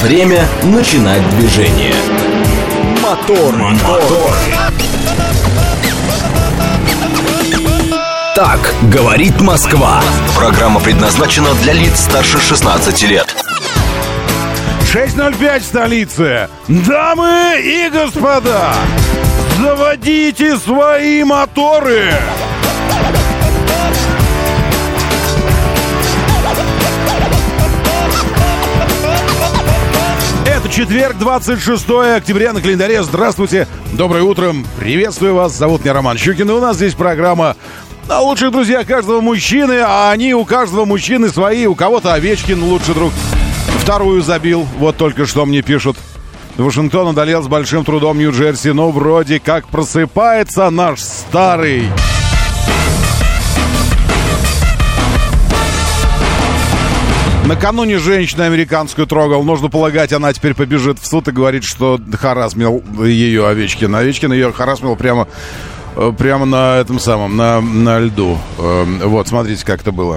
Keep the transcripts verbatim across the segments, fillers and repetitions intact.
Время начинать движение. Мотор, мотор. Так говорит Москва. Программа предназначена для лиц старше шестнадцати лет. шесть ноль пять в столице. Дамы и господа, заводите свои моторы. Это четверг, двадцать шестое октября на календаре. Здравствуйте, доброе утро, приветствую вас. Зовут меня Роман Щукин, и у нас здесь программа о лучших друзьях каждого мужчины, а они у каждого мужчины свои. У кого-то Овечкин лучший друг. Вторую забил, вот только что мне пишут. Вашингтон одолел с большим трудом Нью-Джерси, но вроде как просыпается наш старый. Накануне женщину американскую трогал. Нужно полагать, она теперь побежит в суд и говорит, что харассмил ее Овечкин. Овечкин ее харассмил прямо, прямо на этом самом, на, на льду. Вот, смотрите, как это было.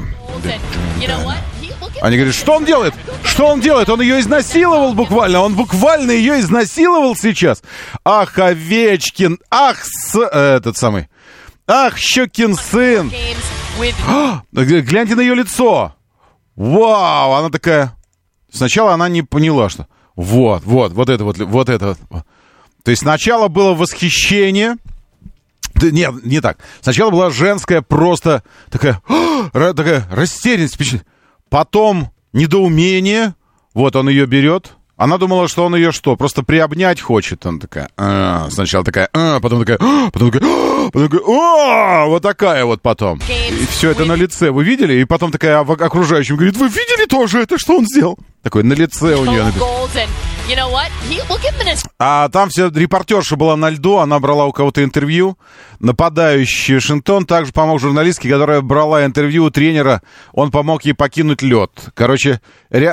Они говорят, что он делает? Что он делает? Он ее изнасиловал буквально. Он буквально ее изнасиловал сейчас. Ах, Овечкин. Ах, с... этот самый. Ах, Щукин сын. А, гляньте на ее лицо. Вау, она такая... Сначала она не поняла, что... Вот, вот, вот это вот, вот это вот. То есть сначала было восхищение... Нет, не так. Сначала была женская просто такая... Такая растерянность. Потом недоумение. Вот он ее берет. Она думала, что он ее что, просто приобнять хочет. Она такая... А, сначала такая... А, потом такая... А, потом такая... А, потом такая... А, вот такая вот потом. И все это на лице. Вы видели? И потом такая окружающим говорит, вы видели тоже это, что он сделал? Такой на лице у нее написано. А там вся репортерша была на льду, она брала у кого-то интервью. Нападающий Вашингтон также помог журналистке, которая брала интервью у тренера. Он помог ей покинуть лед. Короче, ря...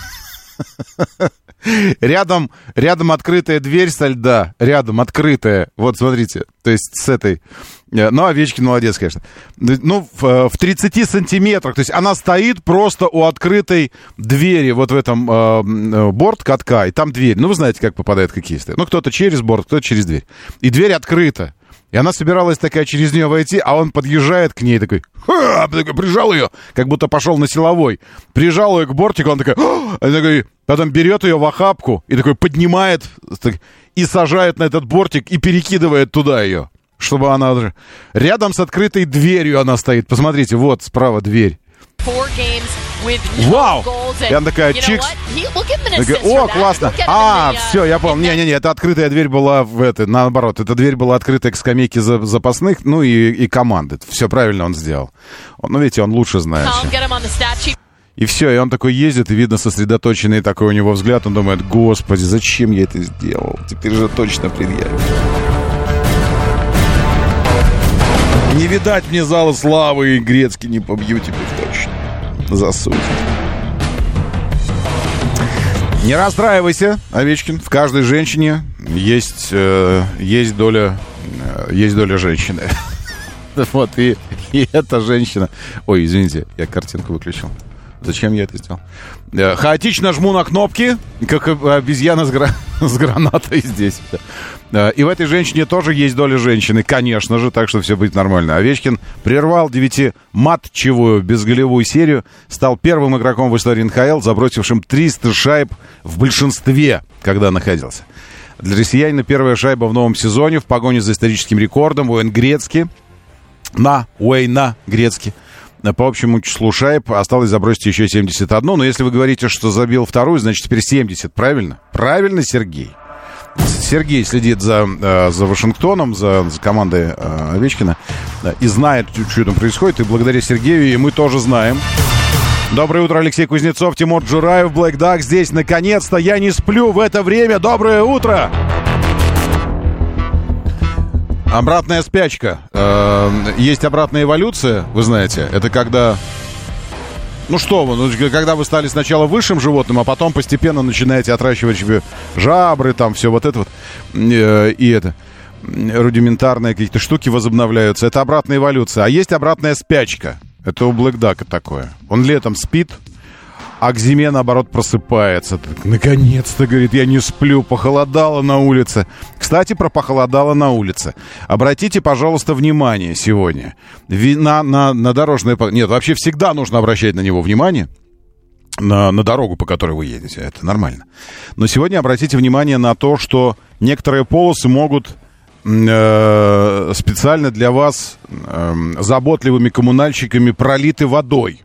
Рядом, рядом открытая дверь со льда. Рядом открытая. Вот, смотрите. То есть с этой... Ну, Овечкин молодец, конечно. Ну, в, в тридцати сантиметрах. То есть она стоит просто у открытой двери вот в этом э, борт катка. И там дверь. Ну, вы знаете, как попадает хоккеисты. Ну, кто-то через борт, кто-то через дверь. И дверь открыта. И она собиралась такая через нее войти, а он подъезжает к ней такой, ха, прижал ее, как будто пошел на силовой. Прижал ее к бортику, он такой, он такой, потом берет ее в охапку и такой поднимает и сажает на этот бортик и перекидывает туда ее, чтобы она... Рядом с открытой дверью она стоит. Посмотрите, вот справа дверь. Вау! И она такая, чикс. Такая, о, классно. А, все, я понял. Не-не-не, это открытая дверь была в это, наоборот. Эта дверь была открытая к скамейке за, запасных, ну и, и команды. Все правильно он сделал. Ну, видите, он лучше знает. И все, и он такой ездит, и видно сосредоточенный такой у него взгляд. Он думает, господи, зачем я это сделал? Теперь же точно предъявят. Не видать мне зала славы, и Грецкий не побью теперь точно. Засудит. Не расстраивайся, Овечкин. В каждой женщине есть, э, есть доля, э, есть доля женщины. Вот, и, и эта женщина... Ой, извините, я картинку выключил. Зачем я это сделал? Хаотично жму на кнопки, как обезьяна с, гра... с гранатой здесь. И в этой женщине тоже есть доля женщины, конечно же, так что все будет нормально. Овечкин прервал девятиматчевую безголевую серию, стал первым игроком в истории эн ха эл, забросившим триста шайб в большинстве, когда находился. Для россиянина первая шайба в новом сезоне в погоне за историческим рекордом Уэйн Грецки на Уэйна Грецки. По общему числу шайб осталось забросить еще семьдесят одну. Но если вы говорите, что забил вторую, значит теперь семьдесят, правильно? Правильно, Сергей. Сергей следит за, за Вашингтоном, за, за командой Овечкина и знает, что там происходит. И благодаря Сергею и мы тоже знаем. Доброе утро, Алексей Кузнецов, Тимур Джураев, Black Duck здесь. Наконец-то я не сплю в это время. Доброе утро! Обратная спячка. Есть обратная эволюция, вы знаете. Это когда... Ну что вы, ну, когда вы стали сначала высшим животным, а потом постепенно начинаете отращивать жабры, там все вот это вот. И это... рудиментарные какие-то штуки возобновляются. Это обратная эволюция. А есть обратная спячка. Это у Black Duck такое. Он летом спит, а к зиме, наоборот, просыпается. Так, наконец-то, говорит, я не сплю, похолодало на улице. Кстати, про похолодало на улице. Обратите, пожалуйста, внимание сегодня на, на, на дорожное... Нет, вообще всегда нужно обращать на него внимание. На, на дорогу, по которой вы едете. Это нормально. Но сегодня обратите внимание на то, что некоторые полосы могут э, специально для вас э, заботливыми коммунальщиками пролиты водой.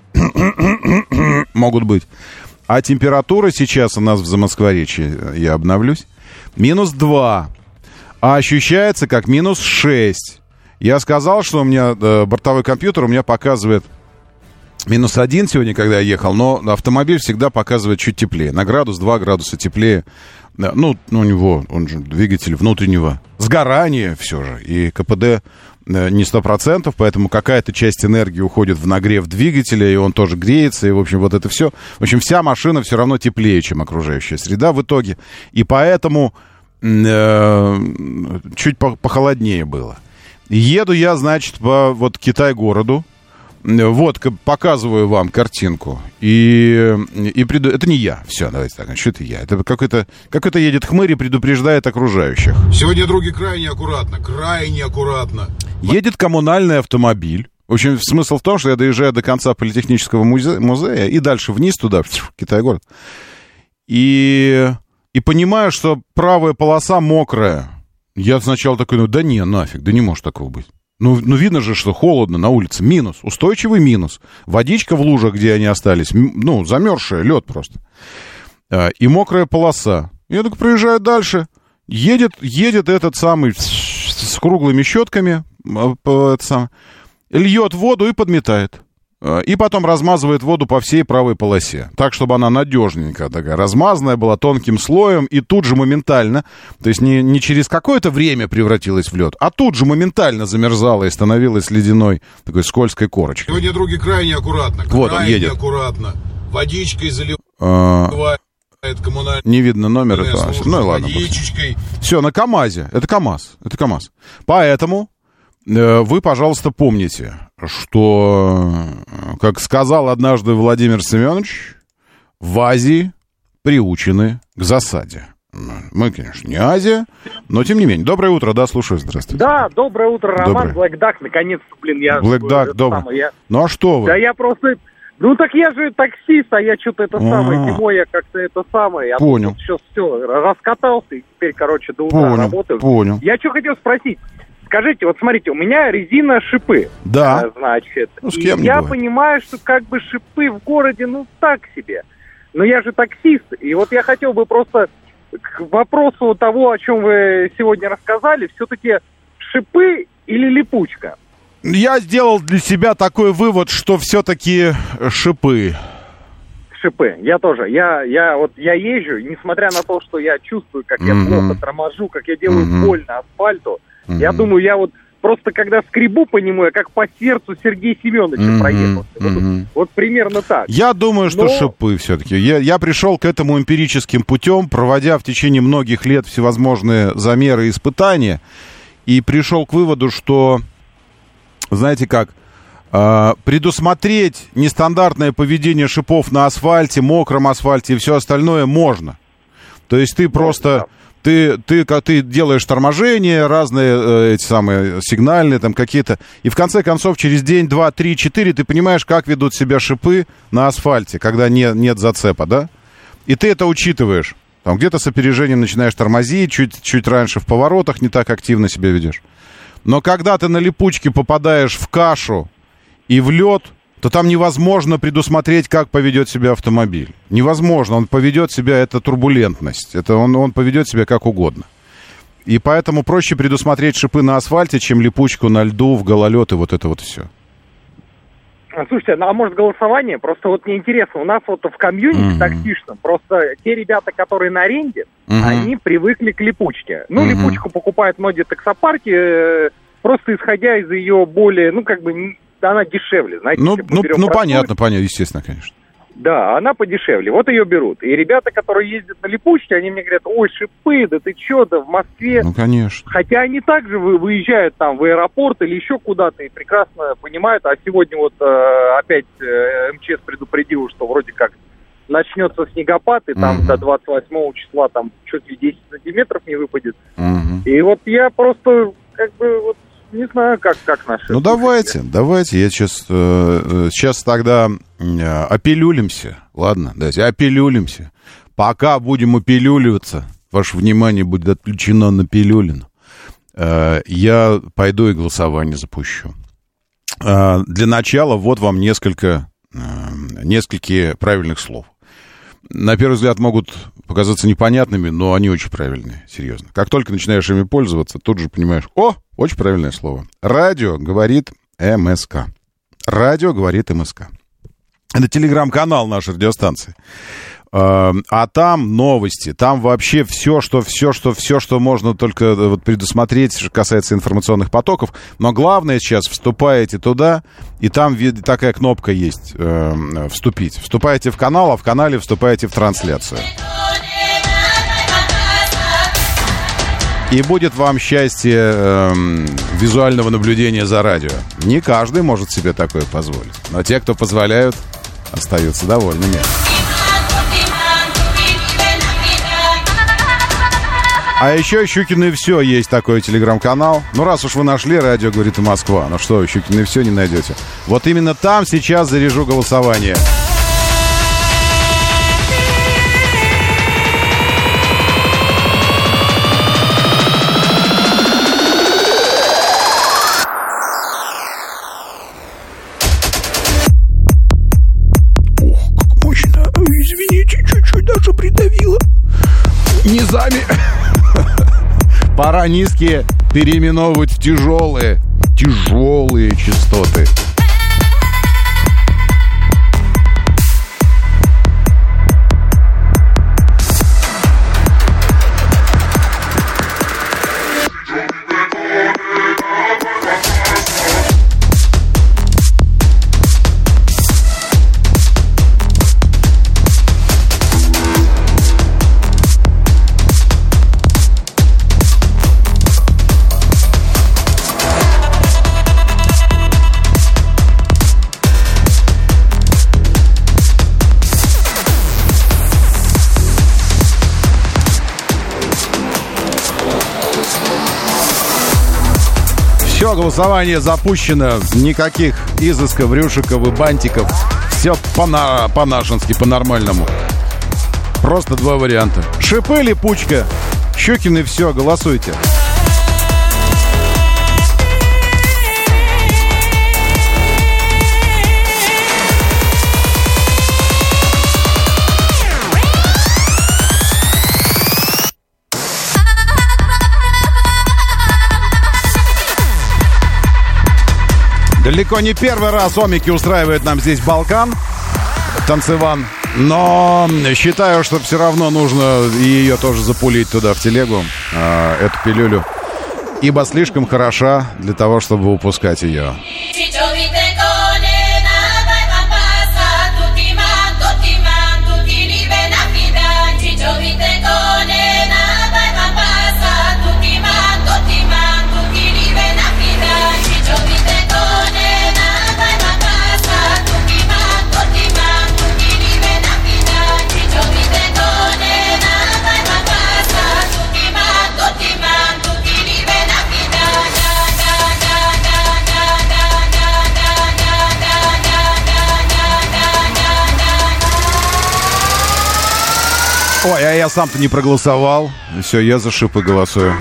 Могут быть. А температура сейчас у нас в Замоскворечье, я обновлюсь, минус два. А ощущается как минус шесть. Я сказал, что у меня э, бортовой компьютер у меня показывает минус один сегодня, когда я ехал, но автомобиль всегда показывает чуть теплее. На градус, два градуса теплее. Ну, у него, он же двигатель внутреннего сгорания все же. И КПД не сто процентов, поэтому какая-то часть энергии уходит в нагрев двигателя, и он тоже греется, и, в общем, вот это все. В общем, вся машина все равно теплее, чем окружающая среда в итоге. И поэтому э, чуть похолоднее было. Еду я, значит, по вот Китай-городу. Вот, показываю вам картинку. И, и преду... это не я. Все, давайте так. Что это я? Это какой-то, какой-то едет хмырь и предупреждает окружающих. Сегодня, други, крайне аккуратно. Крайне аккуратно. Едет коммунальный автомобиль. В общем, смысл в том, что я доезжаю до конца Политехнического музея, музея и дальше вниз туда, в Китай-город. И, и понимаю, что правая полоса мокрая. Я сначала такой, ну да не, нафиг, да не может такого быть. Ну, ну, видно же, что холодно на улице. Минус. Устойчивый минус. Водичка в лужах, где они остались. Ну, замерзшая, лед просто. И мокрая полоса. Я так проезжаю дальше. Едет, едет этот самый с круглыми щетками. Это самое, льет воду и подметает. И потом размазывает воду по всей правой полосе. Так, чтобы она надежненькая такая, размазанная была тонким слоем. И тут же моментально, то есть не, не через какое-то время превратилась в лед, а тут же моментально замерзала и становилась ледяной такой скользкой корочкой. Сегодня, други, крайне аккуратно. Вот крайне он едет. аккуратно. Водичкой заливает А... коммунальная... Не видно номер этого. Ну и ладно. Все, на КамАЗе. Это КамАЗ. Это КамАЗ. Поэтому... Вы, пожалуйста, помните, что, как сказал однажды Владимир Семенович, в Азии приучены к засаде. Мы, конечно, не Азия, но тем не менее. Доброе утро, да, слушаю, здравствуйте. Да, доброе утро, Роман, Black Duck, наконец-то, блин, я... Black Duck, доброе. Я... Ну а что вы? Да я просто... Ну так я же таксист, а я что-то это А-а-а. самое, зимой я как-то это самое... Я понял. Сейчас все, раскатался, и теперь, короче, до утра понял, работаю. Понял, Я что хотел спросить. Скажите, вот смотрите, у меня резина шипы. Да. Значит. Ну, с кем и не я бывает. понимаю, что как бы шипы в городе, ну, так себе. Но я же таксист, и вот я хотел бы просто к вопросу того, о чем вы сегодня рассказали, все-таки шипы или липучка? Я сделал для себя такой вывод, что все-таки шипы. Шипы. Я тоже. Я, я, вот, я езжу, несмотря на то, что я чувствую, как я mm-hmm. плохо торможу, как я делаю mm-hmm. больно асфальту, Mm-hmm. Я думаю, я вот просто когда скребу по нему, я как по сердцу Сергея Семеновича mm-hmm. проехал. Mm-hmm. Вот, вот примерно так. Я думаю, что Но... шипы все-таки. Я, я пришел к этому эмпирическим путем, проводя в течение многих лет всевозможные замеры и испытания, и пришел к выводу, что, знаете как, э, предусмотреть нестандартное поведение шипов на асфальте, мокром асфальте и все остальное можно. То есть ты просто... Ты, ты, ты делаешь торможение, разные э, эти самые сигнальные там какие-то, и в конце концов через день, два, три, четыре ты понимаешь, как ведут себя шипы на асфальте, когда не, нет зацепа, да? И ты это учитываешь. Там где-то с опережением начинаешь тормозить, чуть, чуть раньше в поворотах не так активно себя ведешь. Но когда ты на липучке попадаешь в кашу и в лед, то там невозможно предусмотреть, как поведет себя автомобиль. Невозможно. Он поведет себя, это турбулентность. Это он, он поведет себя как угодно. И поэтому проще предусмотреть шипы на асфальте, чем липучку на льду, в гололед и вот это вот все. Слушайте, ну а может голосование? Просто вот мне интересно, у нас вот в комьюнити mm-hmm. таксишном, просто те ребята, которые на аренде, mm-hmm. они привыкли к липучке. Ну, mm-hmm. липучку покупают многие таксопарки, просто исходя из ее более, ну, как бы... она дешевле, знаете. Ну, ну, ну понятно, понятно, естественно, конечно. Да, она подешевле, вот ее берут. И ребята, которые ездят на липучке, они мне говорят, ой, шипы, да ты че, да в Москве. Ну, конечно. Хотя они также выезжают там в аэропорт или еще куда-то и прекрасно понимают. А сегодня вот э, опять э, МЧС предупредил, что вроде как начнется снегопад, и там Мгм. до двадцать восьмого числа там чуть ли десять сантиметров не выпадет. Мгм. И вот я просто, как бы, вот, не знаю, как, как наши... Ну, давайте, давайте, я сейчас, э, сейчас тогда э, опилюлимся, ладно, давайте, опилюлимся. Пока будем опилюливаться, ваше внимание будет отключено на пилюлину, э, я пойду и голосование запущу. Э, для начала вот вам несколько, э, несколько правильных слов. На первый взгляд могут показаться непонятными, но они очень правильные, серьезно. Как только начинаешь ими пользоваться, тут же понимаешь, о, очень правильное слово. Радио говорит МСК. Радио говорит МСК. Это телеграм-канал нашей радиостанции. А там новости, там вообще все, что, все, что, все, что можно только вот предусмотреть, что касается информационных потоков. Но главное сейчас, вступаете туда, и там такая кнопка есть, э, вступить. Вступаете в канал, а в канале вступаете в трансляцию. И будет вам счастье э, визуального наблюдения за радио. Не каждый может себе такое позволить. Но те, кто позволяют, остаются довольными. А еще «Щукины все» есть такой телеграм-канал. Ну, раз уж вы нашли, радио говорит и Москва. Ну что, «Щукины все» не найдете. Вот именно там сейчас заряжу голосование. Ох, как мощно. Извините, чуть-чуть даже придавило. Низами. Пора низкие переименовывать в тяжелые, тяжелые частоты. Все, голосование запущено. Никаких изысков, рюшиков и бантиков. Все по- по-нашенски, по-нормальному. Просто два варианта. Шипы, липучка. Щукины, все, голосуйте. Далеко не первый раз Омики устраивает нам здесь Балкан, танцеван. Но считаю, что все равно нужно ее тоже запулить туда, в телегу, э, эту пилюлю. Ибо слишком хороша для того, чтобы упускать ее. Ой, а я сам-то не проголосовал. Все, я за шипы голосую.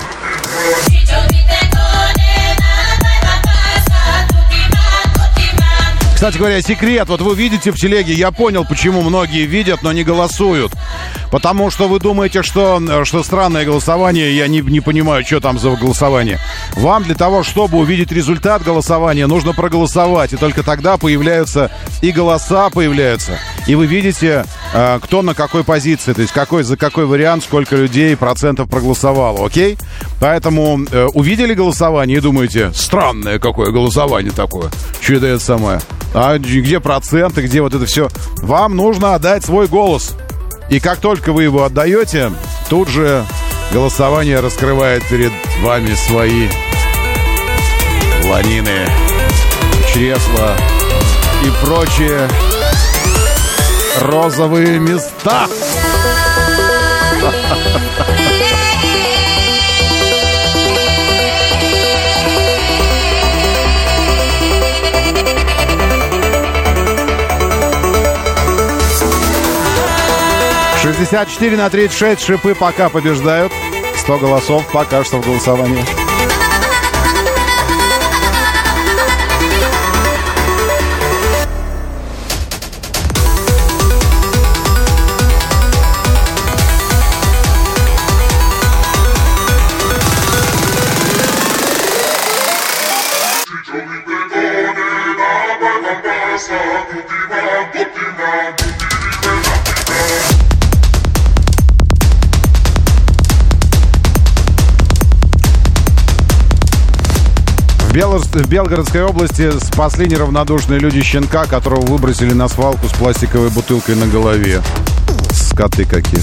Кстати говоря, секрет. Вот вы видите в телеге, я понял, почему многие видят, но не голосуют. Потому что вы думаете, что, что странное голосование, я не, не понимаю, что там за голосование. Вам для того, чтобы увидеть результат голосования, нужно проголосовать. И только тогда появляются и голоса появляются. И вы видите, э, кто на какой позиции, то есть какой, за какой вариант, сколько людей, процентов проголосовало, окей? Поэтому э, увидели голосование и думаете, странное какое голосование такое. Что это это самое? А где проценты, где вот это все? Вам нужно отдать свой голос. И как только вы его отдаете, тут же голосование раскрывает перед вами свои ланины, чресла и прочее. розовые места. шестьдесят четыре на тридцать шесть. Шипы пока побеждают. сто голосов пока что в голосовании. В, Бел... в Белгородской области спасли неравнодушные люди щенка, которого выбросили на свалку с пластиковой бутылкой на голове. Скоты какие.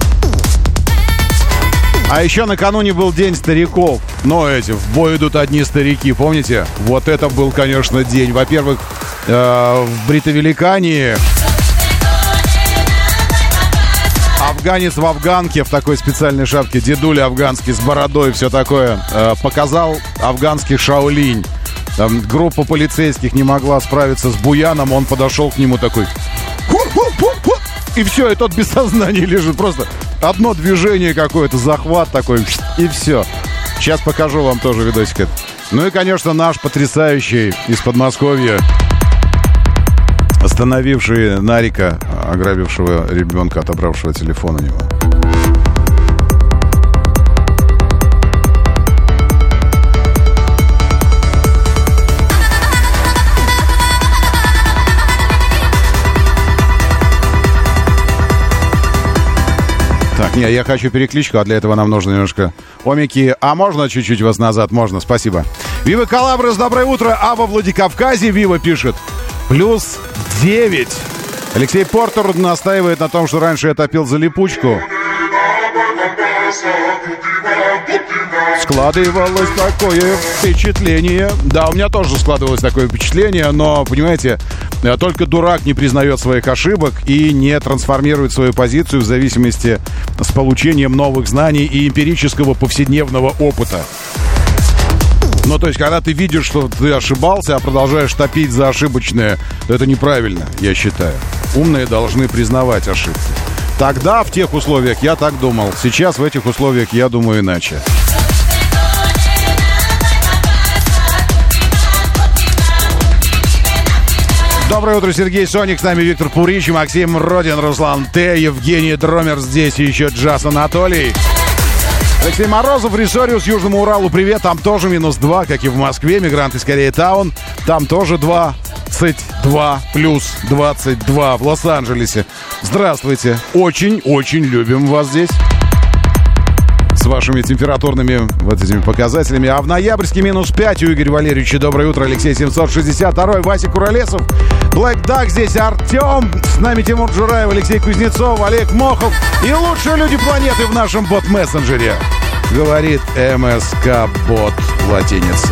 А еще накануне был День стариков. Но эти, в бой идут одни старики, помните? Вот это был, конечно, день. Во-первых, э, в Бритовеликании афганец в афганке, в такой специальной шапке, дедуля афганский с бородой, все такое, э, показал афганский шаолинь. Там группа полицейских не могла справиться с буяном, он подошел к нему такой... И все, и тот без сознания лежит. Просто одно движение какое-то, захват такой, и все. Сейчас покажу вам тоже видосик. Ну и, конечно, наш потрясающий из Подмосковья, остановивший Нарика, ограбившего ребенка, отобравшего телефон у него. Так, не, я хочу перекличку, а для этого нам нужно немножко... Омики, а можно чуть-чуть вас назад? Можно, спасибо. Вива Калабрас, доброе утро. А во Владикавказе Вива пишет. Плюс девять. Алексей Портер настаивает на том, что раньше я топил за липучку. Складывалось такое впечатление. Да, у меня тоже складывалось такое впечатление, но, понимаете, только дурак не признает своих ошибок и не трансформирует свою позицию в зависимости с получением новых знаний и эмпирического повседневного опыта. Ну, то есть, когда ты видишь, что ты ошибался, а продолжаешь топить за ошибочное, это неправильно, я считаю. Умные должны признавать ошибки. Тогда, в тех условиях, я так думал. Сейчас, в этих условиях, я думаю иначе. Доброе утро, Сергей Соник, с нами Виктор Пурич, Максим Родин, Руслан Т, Евгений Дромер, здесь еще Джаз Анатолий. Алексей Морозов, Ресориус, Южному Уралу, привет, там тоже минус два, как и в Москве, Мигранты скорее Таун, там тоже двадцать два, плюс двадцать два в Лос-Анджелесе. Здравствуйте, очень-очень любим вас здесь. С вашими температурными вот этими показателями. А в Ноябрьске минус пять у Игоря Валерьевича. Доброе утро, Алексей семьсот шестьдесят два, Вася Куролесов, Блэк Дак здесь, Артем, с нами Тимур Джураев, Алексей Кузнецов, Олег Мохов и лучшие люди планеты в нашем бот-мессенджере. Говорит МСК-бот латиницей.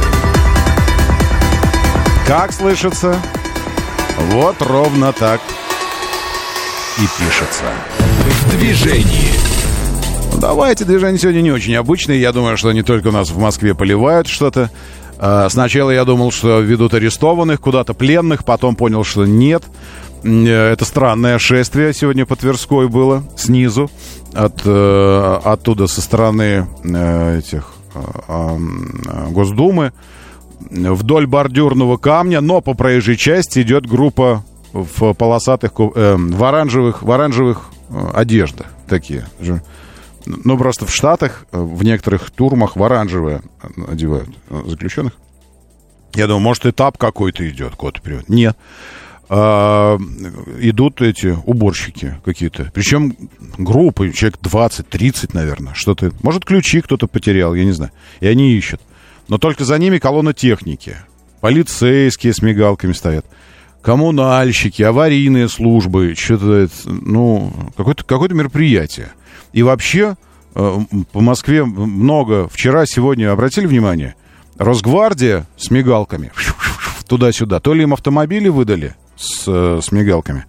Как слышится? Вот ровно так и пишется. В движении. Давайте, движение сегодня не очень обычное. Я думаю, что не только у нас в Москве поливают что-то. Сначала я думал, что ведут арестованных, куда-то пленных. Потом понял, что нет. Это странное шествие сегодня по Тверской было. Снизу. От, оттуда, со стороны этих Госдумы. Вдоль бордюрного камня. Но по проезжей части идет группа в полосатых, в оранжевых, в оранжевых одеждах. Такие же. Ну, просто в Штатах, в некоторых турмах в оранжевые одевают заключенных. Я думаю, может, этап какой-то идет, кот привет. Нет. А, идут эти уборщики какие-то. Причем группы, человек двадцать-тридцать, наверное. Что-то. Может, ключи кто-то потерял, я не знаю. И они ищут. Но только за ними колонна техники. Полицейские с мигалками стоят. Коммунальщики, аварийные службы. Что-то, ну, какое-то, какое-то мероприятие. И вообще э, по Москве много. Вчера, сегодня, обратили внимание, Росгвардия с мигалками туда-сюда. То ли им автомобили выдали с, с мигалками,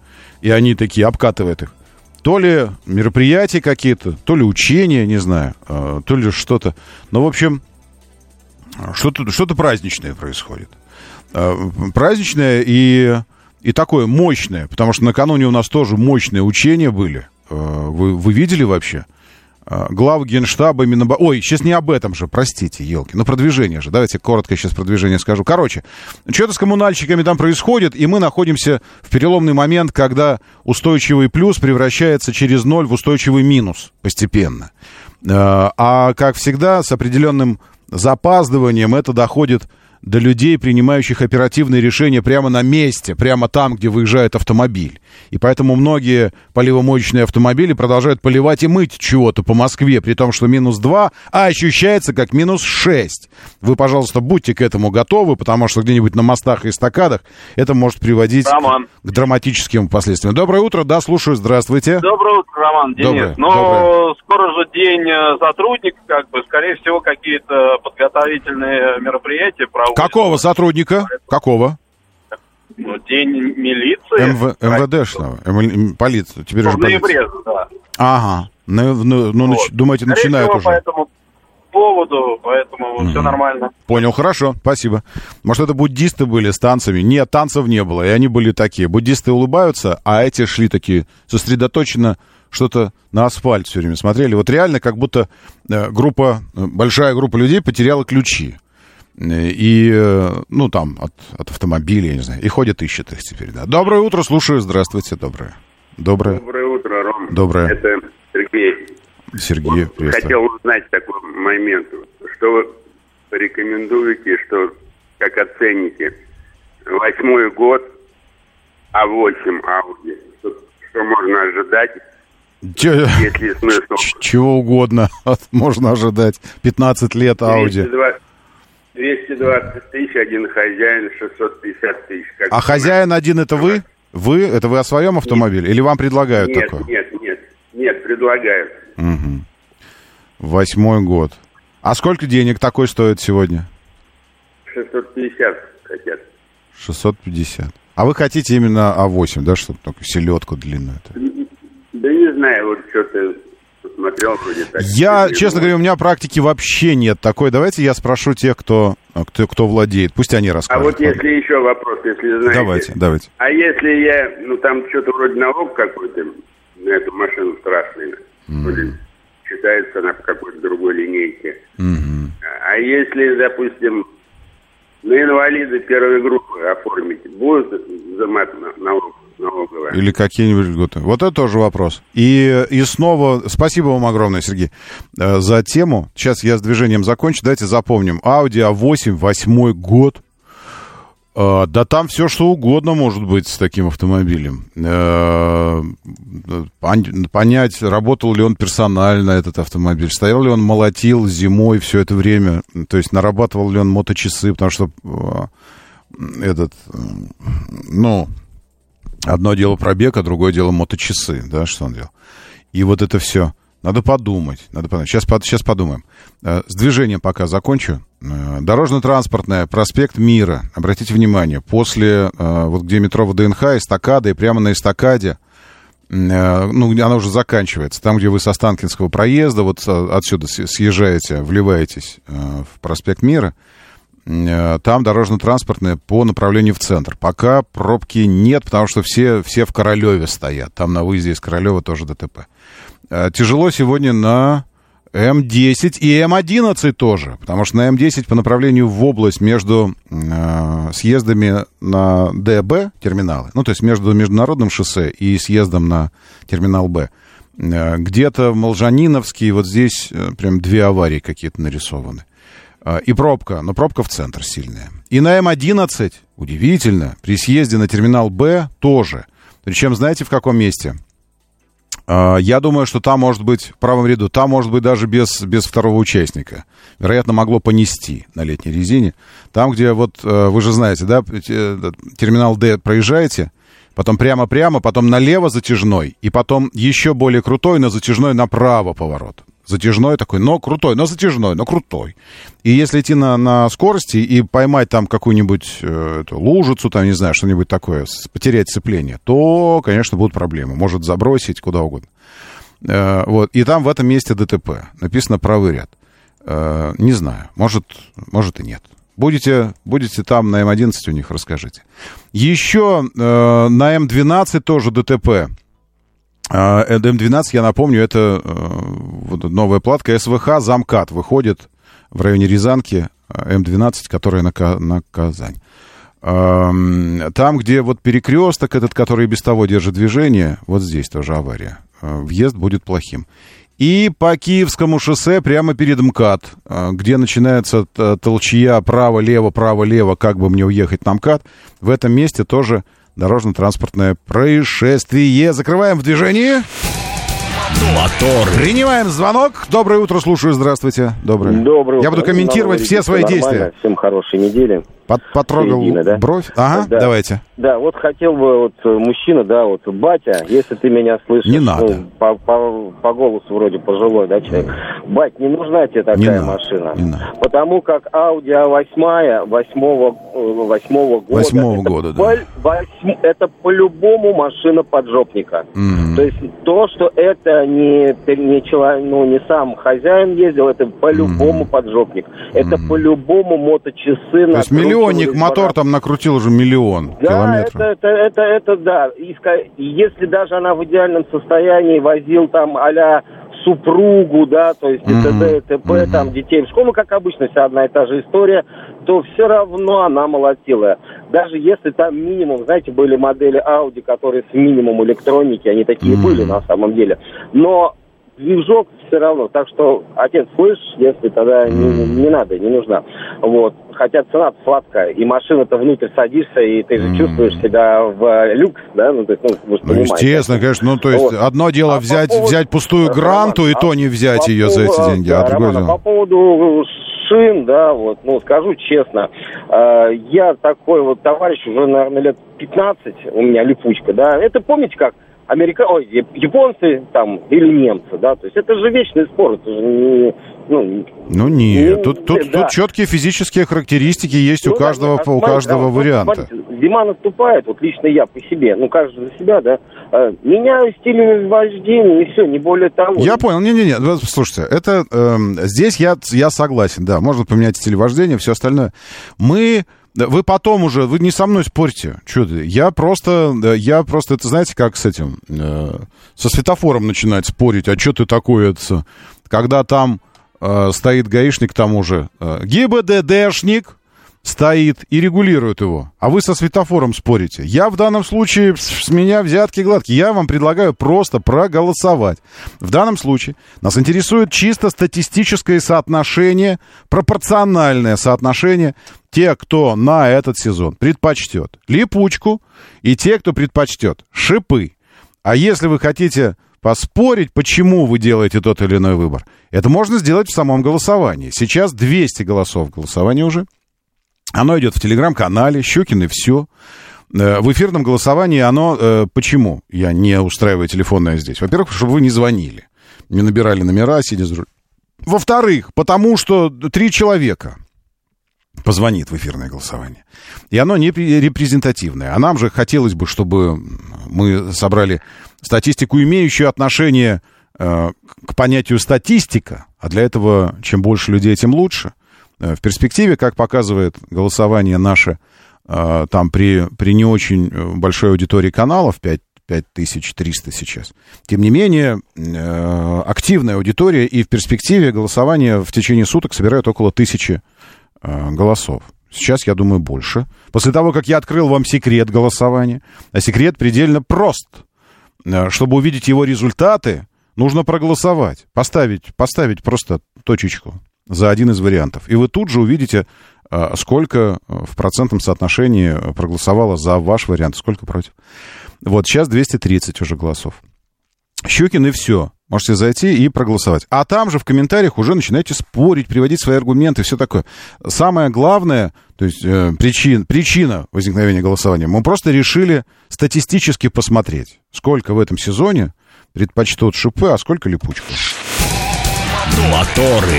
и они такие, обкатывают их. То ли мероприятия какие-то, то ли учения, не знаю, то ли что-то. Ну, в общем, что-то, что-то праздничное происходит. Праздничное и, и такое мощное, потому что накануне у нас тоже мощные учения были. Вы, вы видели вообще? Глав Генштаба, Миноба... Ой, сейчас не об этом же, простите, елки. Ну, продвижение же. Давайте коротко сейчас продвижение скажу. Короче, что-то с коммунальщиками там происходит, и мы находимся в переломный момент, когда устойчивый плюс превращается через ноль в устойчивый минус постепенно. А, как всегда, с определенным запаздыванием это доходит до людей, принимающих оперативные решения прямо на месте, прямо там, где выезжает автомобиль. И поэтому многие поливомоечные автомобили продолжают поливать и мыть чего-то по Москве, при том, что минус два, а ощущается как минус шесть. Вы, пожалуйста, будьте к этому готовы, потому что где-нибудь на мостах и эстакадах это может приводить Роман. к драматическим последствиям. Доброе утро, да, слушаю, здравствуйте. Доброе утро, Роман, Денис. Доброе, ну, доброе. Скоро же день сотрудника, как бы, скорее всего, какие-то подготовительные мероприятия проводят. Какого сотрудника? Какого? Ну, день милиции. МВ, МВДшного, М, полиция. Теперь ну, уже в ноябре, полиция. да. Ага. Ну, ну, ну вот. нач, думаете, скорее начинают всего, уже? по этому поводу, поэтому mm-hmm. все нормально. Понял, хорошо, спасибо. Может, это буддисты были с танцами? Нет, танцев не было, и они были такие. Буддисты улыбаются, а эти шли такие сосредоточенно, что-то на асфальт все время смотрели. Вот реально, как будто э, группа, большая группа людей потеряла ключи. И, ну, там, от, от автомобиля, я не знаю, и ходят, ищут их теперь, да. Доброе утро, слушаю, здравствуйте, доброе. Доброе. Доброе утро, Ром. Доброе. Это Сергей. Сергей, вот приветствую. Хотел узнать такой момент, что вы порекомендуете, что, как оцените, восьмой год, а восемь Ауди, что, что можно ожидать, Че, если смысл... Чего угодно можно ожидать, пятнадцать лет Ауди. двести двадцать тысяч, один хозяин, шестьсот пятьдесят тысяч. Как а хозяин один это вы? Вы? Это вы о своем автомобиле? Нет. Или вам предлагают нет, такое? Нет, нет, нет, предлагают. Угу. Восьмой год. А сколько денег такой стоит сегодня? шестьсот пятьдесят хотят. шестьсот пятьдесят. А вы хотите именно а восемь, да, чтобы такую селедку длинную? Да не знаю, вот что-то... Смотрел вроде так. Я, честно говоря, у меня практики вообще нет такой. Давайте я спрошу тех, кто, кто, кто владеет. Пусть они расскажут. А вот если еще вопрос, если знаете. Давайте, давайте. А если я, ну там что-то вроде налог какой-то на эту машину страшный, mm. вроде считается на какой-то другой линейке. Mm-hmm. А если, допустим, на инвалида первой группы оформить, будет взимать налог? Налоговая. Или какие-нибудь льготы. Вот это тоже вопрос. И, и снова, спасибо вам огромное, Сергей, за тему. Сейчас я с движением закончу. Давайте запомним. Audi а восемь, восьмой год. Да там все, что угодно может быть с таким автомобилем. Понять, работал ли он персонально, этот автомобиль. Стоял ли он, молотил зимой все это время. То есть нарабатывал ли он моточасы. Потому что этот, ну... Одно дело пробег, а другое дело моточасы, да, что он делал. И вот это все. Надо подумать. Надо подумать. Сейчас, сейчас подумаем. С движением пока закончу. Дорожно-транспортная, проспект Мира. Обратите внимание, после, вот где метро ВДНХ, эстакада, и прямо на эстакаде, ну, она уже заканчивается. Там, где вы с Останкинского проезда, вот отсюда съезжаете, вливаетесь в проспект Мира, там дорожно-транспортная по направлению в центр. Пока пробки нет, потому что все, все в Королеве стоят. Там на выезде из Королева тоже ДТП. Тяжело сегодня на эм десять и эм одиннадцать тоже, потому что на эм десять по направлению в область между э, съездами на ДБ терминалы, ну, то есть между международным шоссе и съездом на терминал Б, э, где-то в Молжаниновске, вот здесь э, прям две аварии какие-то нарисованы. Э, и пробка, но пробка в центр сильная. И на эм одиннадцать, удивительно, при съезде на терминал Б тоже. Причем, знаете, в каком месте? Я думаю, что там может быть, в правом ряду, там может быть даже без, без второго участника. Вероятно, могло понести на летней резине. Там, где вот, вы же знаете, да, терминал Д проезжаете, потом прямо-прямо, потом налево затяжной, и потом еще более крутой, но затяжной направо поворот. Затяжной такой, но крутой, но затяжной, но крутой. И если идти на, на скорости и поймать там какую-нибудь э, эту, лужицу, там, не знаю, что-нибудь такое, потерять сцепление, то, конечно, будут проблемы. Может забросить куда угодно. Э, вот. И там в этом месте ДТП. Написано правый ряд. Э, не знаю, может, может и нет. Будете, будете там на эм одиннадцать у них, расскажите. Еще э, на эм двенадцать тоже ДТП. эм двенадцать, я напомню, это э, вот, новая платка эс вэ ха Замкат выходит в районе Рязанки, эм двенадцать, которая на, на Казань. Э, там, где вот перекресток этот, который без того держит движение, вот здесь тоже авария. Э, въезд будет плохим. И по Киевскому шоссе прямо перед МКАД, э, где начинается толчья право-лево, право-лево, как бы мне уехать на МКАД, в этом месте тоже дорожно-транспортное происшествие. Закрываем в движении. Мотор. Принимаем звонок. Доброе утро, слушаю. Здравствуйте. Доброе. Доброе утро. Я буду комментировать все свои действия. Всем хорошей недели. Под, потрогал середина, да? Бровь. Ага, да. Давайте. Да, вот хотел бы, вот мужчина, да, вот батя, если ты меня слышишь, не надо. Ну, по, по, по голосу вроде пожилой, да, человек. Бать, не нужна тебе такая не машина. Не надо. Потому как Audi а восемь восьмого, восьмого года. Восьмого года, по, да. Восьм, это по-любому машина поджопника. Mm-hmm. То есть то, что это не, не, человек, ну, не сам хозяин ездил, это по-любому mm-hmm. поджопник. Это mm-hmm. по-любому моточасы. То есть миллионник мотор там накрутил уже миллион да, километров. Это, это, это, это да. И, если даже она в идеальном состоянии возил там а-ля супругу, да, то есть mm-hmm. и т.д. и т.п., mm-hmm. там детей в школу, как обычно, вся одна и та же история, то все равно она молотила. Даже если там минимум, знаете, были модели Audi, которые с минимумом электроники, они такие mm-hmm. были на самом деле. Но движок все равно. Так что, отец, слышишь, если тогда не, не надо, не нужна. Вот. Хотя цена-то сладкая, и машина-то внутрь садишься, и ты же mm. чувствуешь себя в люкс, да? Ну, то есть, ну, вы же ну понимаете. Естественно, конечно. Ну, то есть, вот. Одно дело а взять, по поводу... взять пустую гранту, Роман, и то не взять а ее по... за эти деньги, да, а другое Роман, дело. По поводу шин, да, вот, ну, скажу честно, э, я такой вот товарищ уже, наверное, лет пятнадцать, у меня липучка, да. Это помните как? Америка... Ой, японцы там или немцы, да, то есть это же вечный спор, это же не... Ну, ну нет, не, тут, тут, да. тут четкие физические характеристики есть ну, у каждого, да, у каждого да, варианта. Вот, зима наступает, вот лично я по себе, ну каждый за себя, да, меняю стиль вождения и все, не более того. Я понял, не-не-не, слушайте, это э, здесь я, я согласен, да, можно поменять стиль вождения, все остальное. Мы... Вы потом уже, вы не со мной спорьте. Что ты? Я просто, я просто, это знаете, как с этим, э, со светофором начинать спорить. А что ты такое, это, когда там э, стоит гаишник, там уже э, ГИБДДшник стоит и регулирует его. А вы со светофором спорите. Я в данном случае, с меня взятки гладкие. Я вам предлагаю просто проголосовать. В данном случае нас интересует чисто статистическое соотношение, пропорциональное соотношение. Те, кто на этот сезон предпочтет липучку, и те, кто предпочтет шипы. А если вы хотите поспорить, почему вы делаете тот или иной выбор, это можно сделать в самом голосовании. Сейчас двести голосов голосования уже. Оно идет в телеграм-канале «Щукин и все». В эфирном голосовании оно... Почему я не устраиваю телефонное здесь? Во-первых, чтобы вы не звонили, не набирали номера, сидя за рулем. Во-вторых, потому что три человека позвонит в эфирное голосование. И оно не репрезентативное. А нам же хотелось бы, чтобы мы собрали статистику, имеющую отношение э, к понятию статистика. А для этого чем больше людей, тем лучше. В перспективе, как показывает голосование наше, э, там при, при не очень большой аудитории каналов, пять тысяч триста сейчас. Тем не менее, э, активная аудитория, и в перспективе голосование в течение суток собирает около тысячи голосов. Сейчас, я думаю, больше. После того, как я открыл вам секрет голосования, а секрет предельно прост. Чтобы увидеть его результаты, нужно проголосовать. Поставить, поставить просто точечку за один из вариантов. И вы тут же увидите, сколько в процентном соотношении проголосовало за ваш вариант, сколько против. Вот сейчас двести тридцать уже голосов. Щукин и все. Можете зайти и проголосовать. А там же в комментариях уже начинаете спорить, приводить свои аргументы, все такое. Самое главное, то есть э, причин, причина возникновения голосования, мы просто решили статистически посмотреть, сколько в этом сезоне предпочтут шипы, а сколько липучку. Моторы.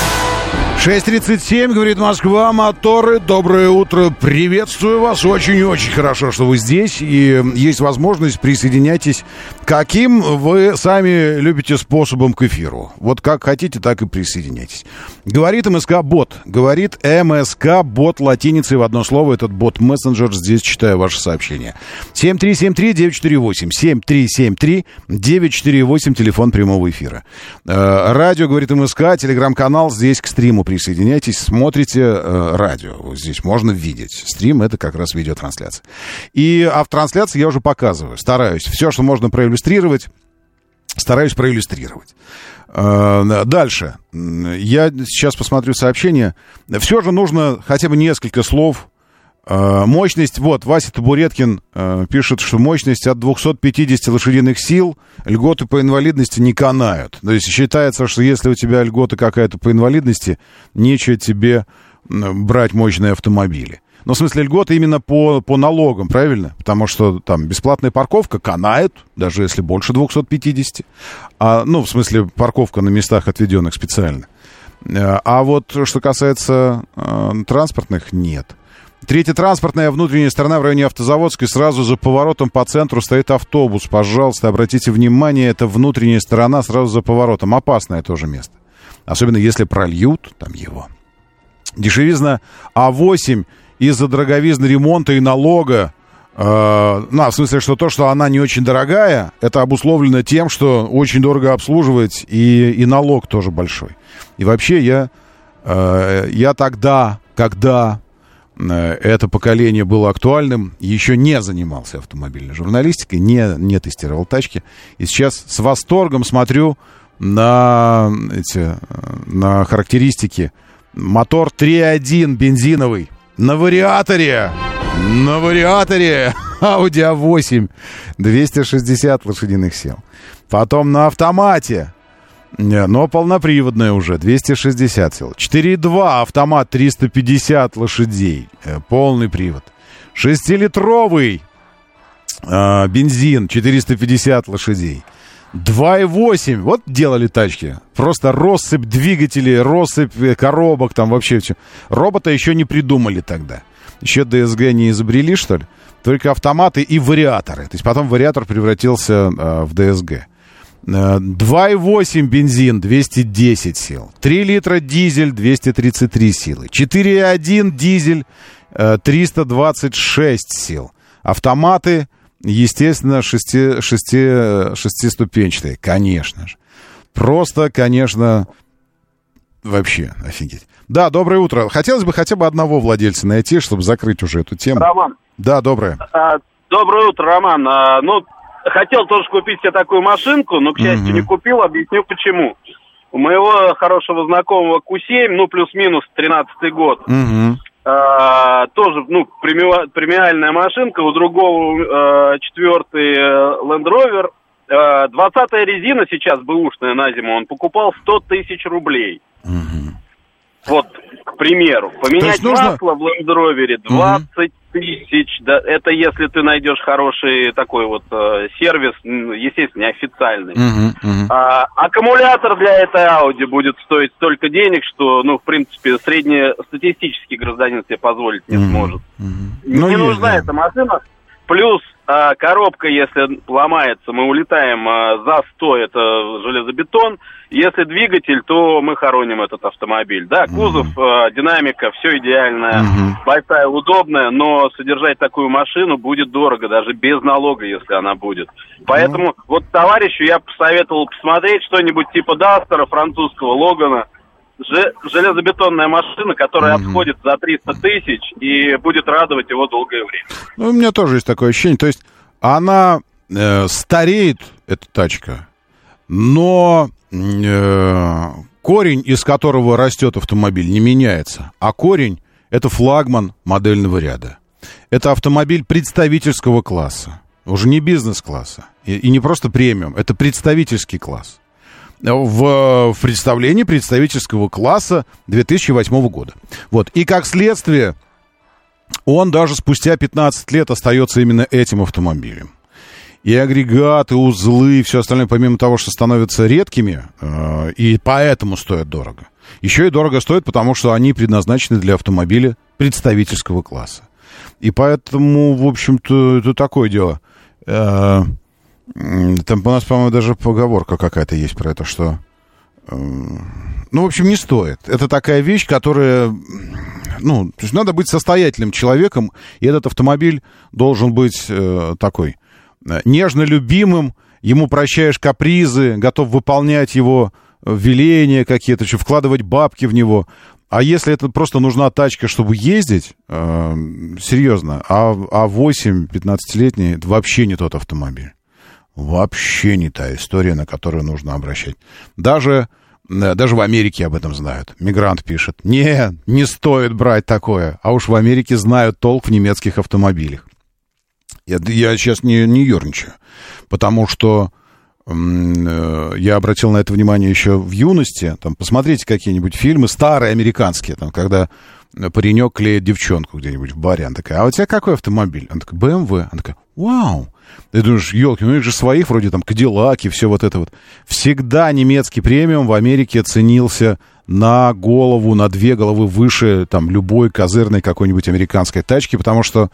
шесть тридцать семь, говорит Москва, моторы. Доброе утро, приветствую вас. Очень-очень хорошо, что вы здесь. И есть возможность, присоединяйтесь. Каким вы сами любите способом к эфиру? Вот как хотите, так и присоединяйтесь. Говорит МСК-бот. Говорит МСК-бот латиницей в одно слово. Этот бот-мессенджер. Здесь читаю ваше сообщение. семь три семь три девять четыре восемь. семь три семь три девять четыре восемь. Телефон прямого эфира. Радио, говорит МСК. Телеграм-канал. Здесь к стриму присоединяйтесь. Смотрите э, радио. Здесь можно видеть. Стрим — это как раз видеотрансляция. И, а в трансляции я уже показываю. Стараюсь. Все, что можно проиллюстрировать, стараюсь проиллюстрировать. Э, дальше. Я сейчас посмотрю сообщение. Все же нужно хотя бы несколько слов. Э, мощность, вот, Вася Табуреткин э, пишет, что мощность от двухсот пятидесяти лошадиных сил, льготы по инвалидности не канают. То есть считается, что если у тебя льгота какая-то по инвалидности, нечего тебе брать мощные автомобили. Ну, в смысле, льготы именно по, по налогам, правильно? Потому что там бесплатная парковка канает, даже если больше двухсот пятидесяти. А, ну, в смысле, парковка на местах, отведенных специально. А вот что касается э, транспортных, нет. Третья транспортная, внутренняя сторона в районе Автозаводской. Сразу за поворотом по центру стоит автобус. Пожалуйста, обратите внимание, это внутренняя сторона сразу за поворотом. Опасное тоже место. Особенно если прольют там его. Дешевизна А восемь из-за дороговизны ремонта и налога. Э, ну, в смысле, что то, что она не очень дорогая, это обусловлено тем, что очень дорого обслуживать и, и налог тоже большой. И вообще я, э, я тогда, когда... это поколение было актуальным, еще не занимался автомобильной журналистикой, не, не тестировал тачки. И сейчас с восторгом смотрю на, эти, на характеристики. Мотор три один бензиновый на вариаторе. На вариаторе Audi а восемь двести шестьдесят лошадиных сил. Потом на автомате. Но полноприводная уже, двести шестьдесят сил. четыре два, автомат, триста пятьдесят лошадей. Полный привод. шестилитровый э, бензин, четыреста пятьдесят лошадей. два восемь, вот делали тачки. Просто россыпь двигателей, россыпь коробок, там вообще все. Робота еще не придумали тогда. Еще ДСГ не изобрели, что ли? Только автоматы и вариаторы. То есть потом вариатор превратился э, в ДСГ. два восемь бензин, двести десять сил. три литра дизель, двести тридцать три силы. четыре один дизель, триста двадцать шесть сил. Автоматы, естественно, шести, шести, шестиступенчатые, конечно же. Просто, конечно, вообще офигеть. Да, доброе утро. Хотелось бы хотя бы одного владельца найти, чтобы закрыть уже эту тему. Роман. Да, доброе. А, доброе утро, Роман. А, ну, хотел тоже купить себе такую машинку, но, к счастью, mm-hmm. не купил. Объясню, почему. У моего хорошего знакомого Ку семь, ну, плюс-минус, тринадцатый год. Mm-hmm. А, тоже, ну, преми- премиальная машинка. У другого а, четвертый Land Rover. А, двадцатая резина сейчас бэушная на зиму. Он покупал сто тысяч рублей. Mm-hmm. Вот, к примеру. Поменять нужно... масло в Land Rover двадцать тысяч. Да, это если ты найдешь хороший такой вот э, сервис, естественно, неофициальный. Uh-huh, uh-huh. А, аккумулятор для этой Audi будет стоить столько денег, что, ну, в принципе, среднестатистический гражданин себе позволить не uh-huh, сможет. Uh-huh. Не, ну, не нужна да. эта машина. Плюс а, коробка, если ломается, мы улетаем а, за сто, это железобетон. Если двигатель, то мы хороним этот автомобиль. Да, кузов, mm-hmm. э, динамика, все идеальное, mm-hmm. большая, удобная, но содержать такую машину будет дорого, даже без налога, если она будет. Поэтому mm-hmm. вот товарищу я посоветовал посмотреть что-нибудь типа Дастера, французского Логана. Железобетонная машина, которая mm-hmm. отходит за триста тысяч и будет радовать его долгое время. Ну, у меня тоже есть такое ощущение. То есть она э, стареет, эта тачка, но э, корень, из которого растет автомобиль, не меняется. А корень — это флагман модельного ряда. Это автомобиль представительского класса. Уже не бизнес-класса. И, и не просто премиум. Это представительский класс. В, в представлении представительского класса две тысячи восьмого года. Вот. И как следствие, он даже спустя пятнадцать лет остается именно этим автомобилем. и агрегаты, узлы, и все остальное, помимо того, что становятся редкими, э, и поэтому стоят дорого. Еще и дорого стоят, потому что они предназначены для автомобиля представительского класса. И поэтому, в общем-то, это такое дело. Э, там у нас, по-моему, даже поговорка какая-то есть про это, что... Э, ну, в общем, не стоит. Это такая вещь, которая... Ну, то есть надо быть состоятельным человеком, и этот автомобиль должен быть э, такой э, нежно любимым, ему прощаешь капризы, готов выполнять его веления какие-то, вкладывать бабки в него. А если это просто нужна тачка, чтобы ездить, э, серьезно, а, а восемь-пятнадцатилетний это вообще не тот автомобиль. Вообще не та история, на которую нужно обращать. Даже... Даже в Америке об этом знают. Мигрант пишет: не, не стоит брать такое. А уж в Америке знают толк в немецких автомобилях. Я, я сейчас не, не ерничаю, потому что э, я обратил на это внимание еще в юности. Там, посмотрите какие-нибудь фильмы старые, американские, там, когда паренек клеит девчонку где-нибудь в баре. Она такая: а у тебя какой автомобиль? Она такая: бэ эм вэ. Она такая: вау. Ты думаешь, елки, ну у них же своих вроде там Кадиллаки, все вот это вот. Всегда немецкий премиум в Америке ценился на голову, на две головы выше там любой козырной какой-нибудь американской тачки, потому что,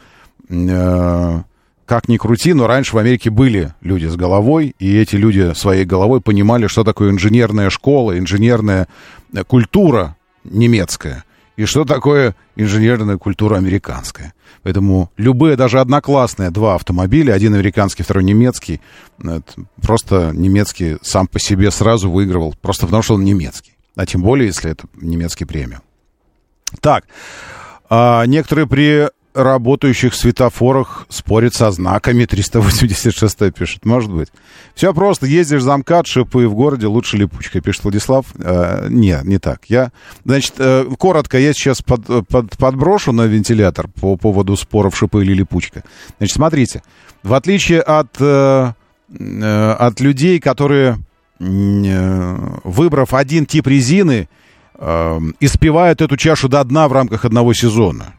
э, как ни крути, но раньше в Америке были люди с головой, и эти люди своей головой понимали, что такое инженерная школа, инженерная культура немецкая, и что такое инженерная культура американская. Поэтому любые, даже одноклассные два автомобиля, один американский, второй немецкий, просто немецкий сам по себе сразу выигрывал, просто потому что он немецкий. А тем более, если это немецкий премиум. Так, а некоторые при работающих светофорах спорят со знаками. триста восемьдесят шесть пишет. Может быть. Все просто. Ездишь за МКАД, шипы в городе, лучше липучка, пишет Владислав. Э, нет, не так. Я, значит, э, коротко, я сейчас под, под, подброшу на вентилятор по поводу споров шипы или липучка. Значит, смотрите. В отличие от, э, э, от людей, которые, э, выбрав один тип резины, э, испевают эту чашу до дна в рамках одного сезона.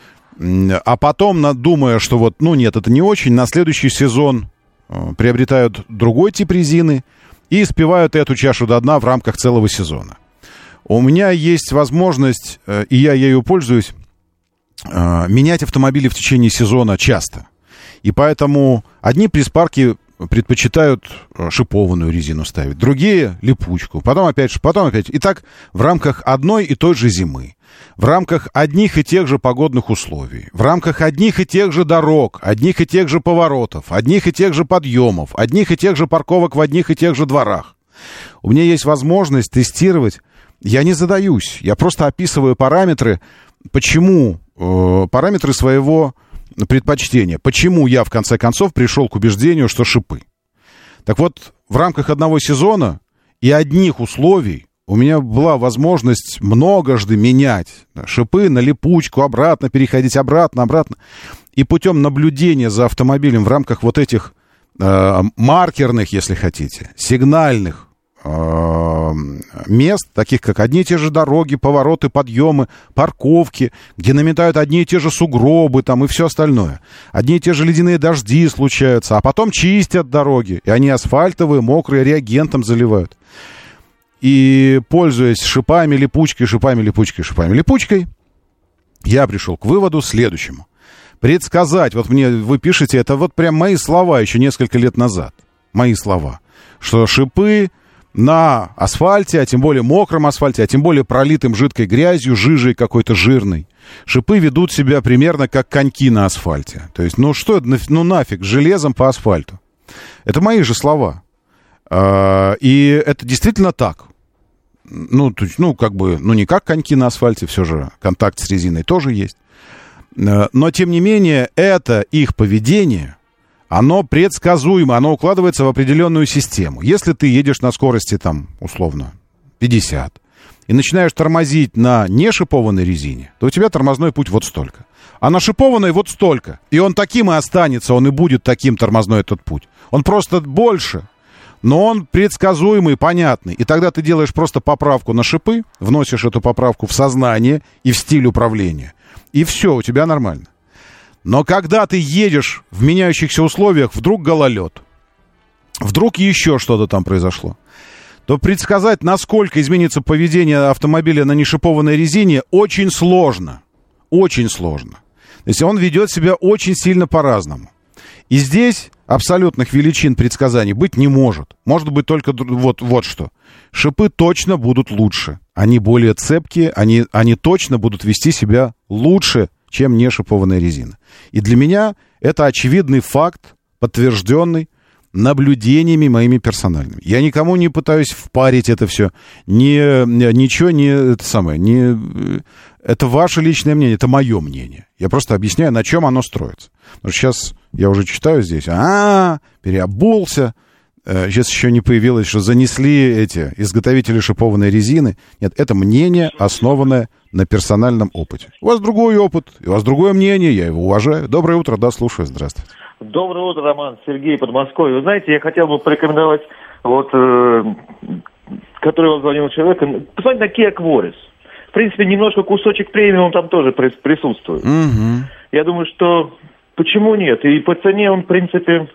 А потом, думая, что вот, ну нет, это не очень, на следующий сезон э, приобретают другой тип резины и испевают эту чашу до дна в рамках целого сезона. У меня есть возможность, э, и я ею пользуюсь, э, менять автомобили в течение сезона часто. И поэтому одни приск-парки предпочитают шипованную резину ставить, другие — липучку, потом опять, потом опять. И так в рамках одной и той же зимы, в рамках одних и тех же погодных условий, в рамках одних и тех же дорог, одних и тех же поворотов, одних и тех же подъемов, одних и тех же парковок в одних и тех же дворах. У меня есть возможность тестировать. Я не задаюсь, я просто описываю параметры, почему э, параметры своего предпочтения. Почему я, в конце концов, пришел к убеждению, что шипы. Так вот, в рамках одного сезона и одних условий у меня была возможность многожды менять шипы на липучку, обратно, переходить обратно, обратно. И путем наблюдения за автомобилем в рамках вот этих э, маркерных, если хотите, сигнальных э, мест, таких как одни и те же дороги, повороты, подъемы, парковки, где наметают одни и те же сугробы там и все остальное. Одни и те же ледяные дожди случаются, а потом чистят дороги, и они асфальтовые, мокрые, реагентом заливают. И, пользуясь шипами, липучкой, шипами, липучкой, шипами, липучкой, я пришел к выводу следующему. Предсказать, вот мне вы пишете, это вот прям мои слова еще несколько лет назад. Мои слова. Что шипы на асфальте, а тем более мокром асфальте, а тем более пролитым жидкой грязью, жижей какой-то жирной, шипы ведут себя примерно как коньки на асфальте. То есть, ну что, ну нафиг, железом по асфальту. Это мои же слова. И это действительно так. Ну, то есть, ну, как бы, ну, не как коньки на асфальте, все же контакт с резиной тоже есть. Но, тем не менее, это их поведение, оно предсказуемо, оно укладывается в определенную систему. Если ты едешь на скорости, там, условно, пятьдесят, и начинаешь тормозить на нешипованной резине, то у тебя тормозной путь вот столько. А на шипованной вот столько. И он таким и останется, он и будет таким, тормозной этот путь. Он просто больше. Но он предсказуемый, понятный. И тогда ты делаешь просто поправку на шипы, вносишь эту поправку в сознание и в стиль управления. И все, у тебя нормально. Но когда ты едешь в меняющихся условиях, вдруг гололед, вдруг еще что-то там произошло, то предсказать, насколько изменится поведение автомобиля на нешипованной резине, очень сложно. Очень сложно. То есть он ведет себя очень сильно по-разному. И здесь абсолютных величин предсказаний быть не может. Может быть только вот, вот что. Шипы точно будут лучше. Они более цепкие, они, они точно будут вести себя лучше, чем не шипованная резина. И для меня это очевидный факт, подтвержденный наблюдениями моими персональными. Я никому не пытаюсь впарить это все. Не, ничего не... Это самое, не... Это ваше личное мнение, это мое мнение. Я просто объясняю, на чем оно строится. Потому что сейчас я уже читаю здесь, а, переобулся. Сейчас еще не появилось, что занесли эти изготовители шипованной резины. Нет, это мнение, основанное на персональном опыте. У вас другой опыт, у вас другое мнение, я его уважаю. Доброе утро, да, слушаю, здравствуйте. Доброе утро, Роман, Сергей, Подмосковье. Вы знаете, я хотел бы порекомендовать, вот, э, который вам звонил человек, посмотрите на Kia Quaris. В принципе, немножко кусочек премиум там тоже присутствует. Угу. Я думаю, что почему нет? И по цене он, в принципе,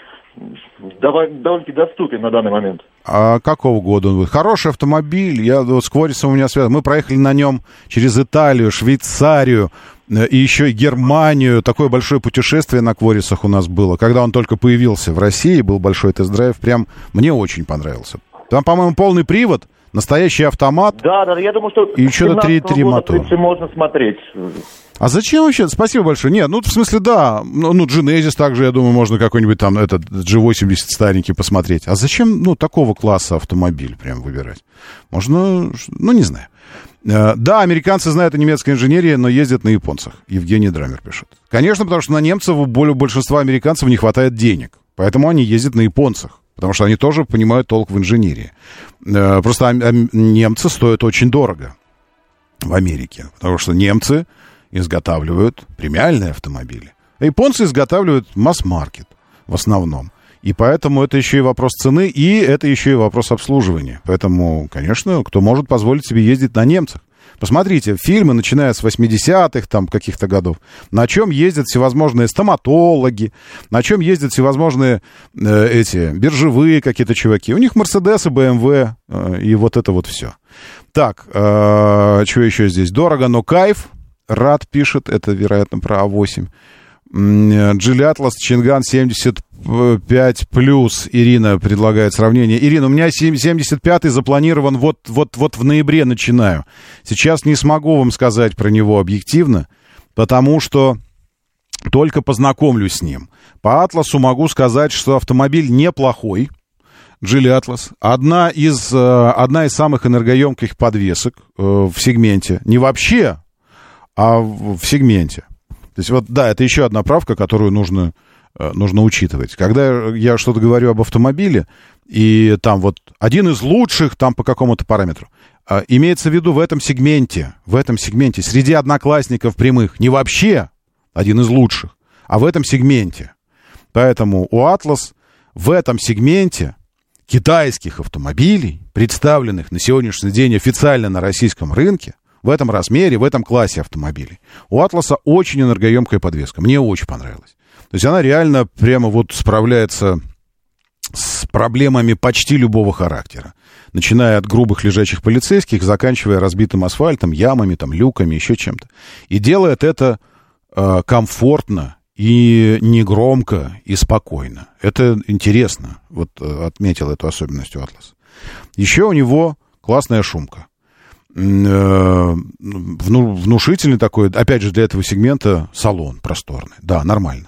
довольно-таки доступен на данный момент. А какого года он будет? Хороший автомобиль. Я вот с Кворисом у меня связан. Мы проехали на нем через Италию, Швейцарию и еще и Германию. Такое большое путешествие на Кворисах у нас было. Когда он только появился в России, был большой тест-драйв. Прям мне очень понравился. Там, по-моему, полный привод, настоящий автомат. Да, да, я думаю, что и еще три мотора. В принципе, можно смотреть. А зачем вообще? Спасибо большое. Нет, ну, в смысле, да. Ну, Genesis также, я думаю, можно какой-нибудь там этот джи восемьдесят старенький посмотреть. А зачем, ну, такого класса автомобиль прям выбирать? Можно, ну, не знаю. Да, американцы знают о немецкой инженерии, но ездят на японцах. Евгений Драмер пишет. Конечно, потому что на немцев, у большинства американцев не хватает денег. Поэтому они ездят на японцах. Потому что они тоже понимают толк в инженерии. Просто немцы стоят очень дорого в Америке. Потому что немцы изготавливают премиальные автомобили. А японцы изготавливают масс-маркет в основном. И поэтому это еще и вопрос цены, и это еще и вопрос обслуживания. Поэтому, конечно, кто может позволить себе ездить на немцах. Посмотрите, фильмы, начиная с восьмидесятых там, каких-то годов, на чем ездят всевозможные стоматологи, на чем ездят всевозможные э, эти биржевые какие-то чуваки. У них Мерседесы, бэ эм вэ э, и вот это вот все. Так, э, что еще здесь? Дорого, но кайф. Рад пишет, это, вероятно, про а восемь. Geely Atlas, Чинган семьдесят пять плюс. Ирина предлагает сравнение. Ирина, у меня семьдесят пятый запланирован вот, вот, вот в ноябре начинаю. Сейчас не смогу вам сказать про него объективно, потому что только познакомлюсь с ним. По Атласу могу сказать, что автомобиль неплохой. Geely Atlas. Одна из, одна из самых энергоемких подвесок в сегменте. Не вообще, а в сегменте. То есть вот, да, это еще одна правка, которую нужно, нужно учитывать. Когда я что-то говорю об автомобиле, и там вот один из лучших там по какому-то параметру, имеется в виду в этом сегменте, в этом сегменте, среди одноклассников прямых, не вообще один из лучших, а в этом сегменте. Поэтому у Atlas в этом сегменте китайских автомобилей, представленных на сегодняшний день официально на российском рынке, в этом размере, в этом классе автомобилей. У Атласа очень энергоемкая подвеска. Мне очень понравилось. То есть она реально прямо вот справляется с проблемами почти любого характера. Начиная от грубых лежачих полицейских, заканчивая разбитым асфальтом, ямами, там, люками, еще чем-то. И делает это э, комфортно и негромко, и спокойно. Это интересно. Вот э, отметил эту особенность у Атласа. Еще у него классная шумка. Внушительный такой, опять же, для этого сегмента салон просторный. Да, нормально.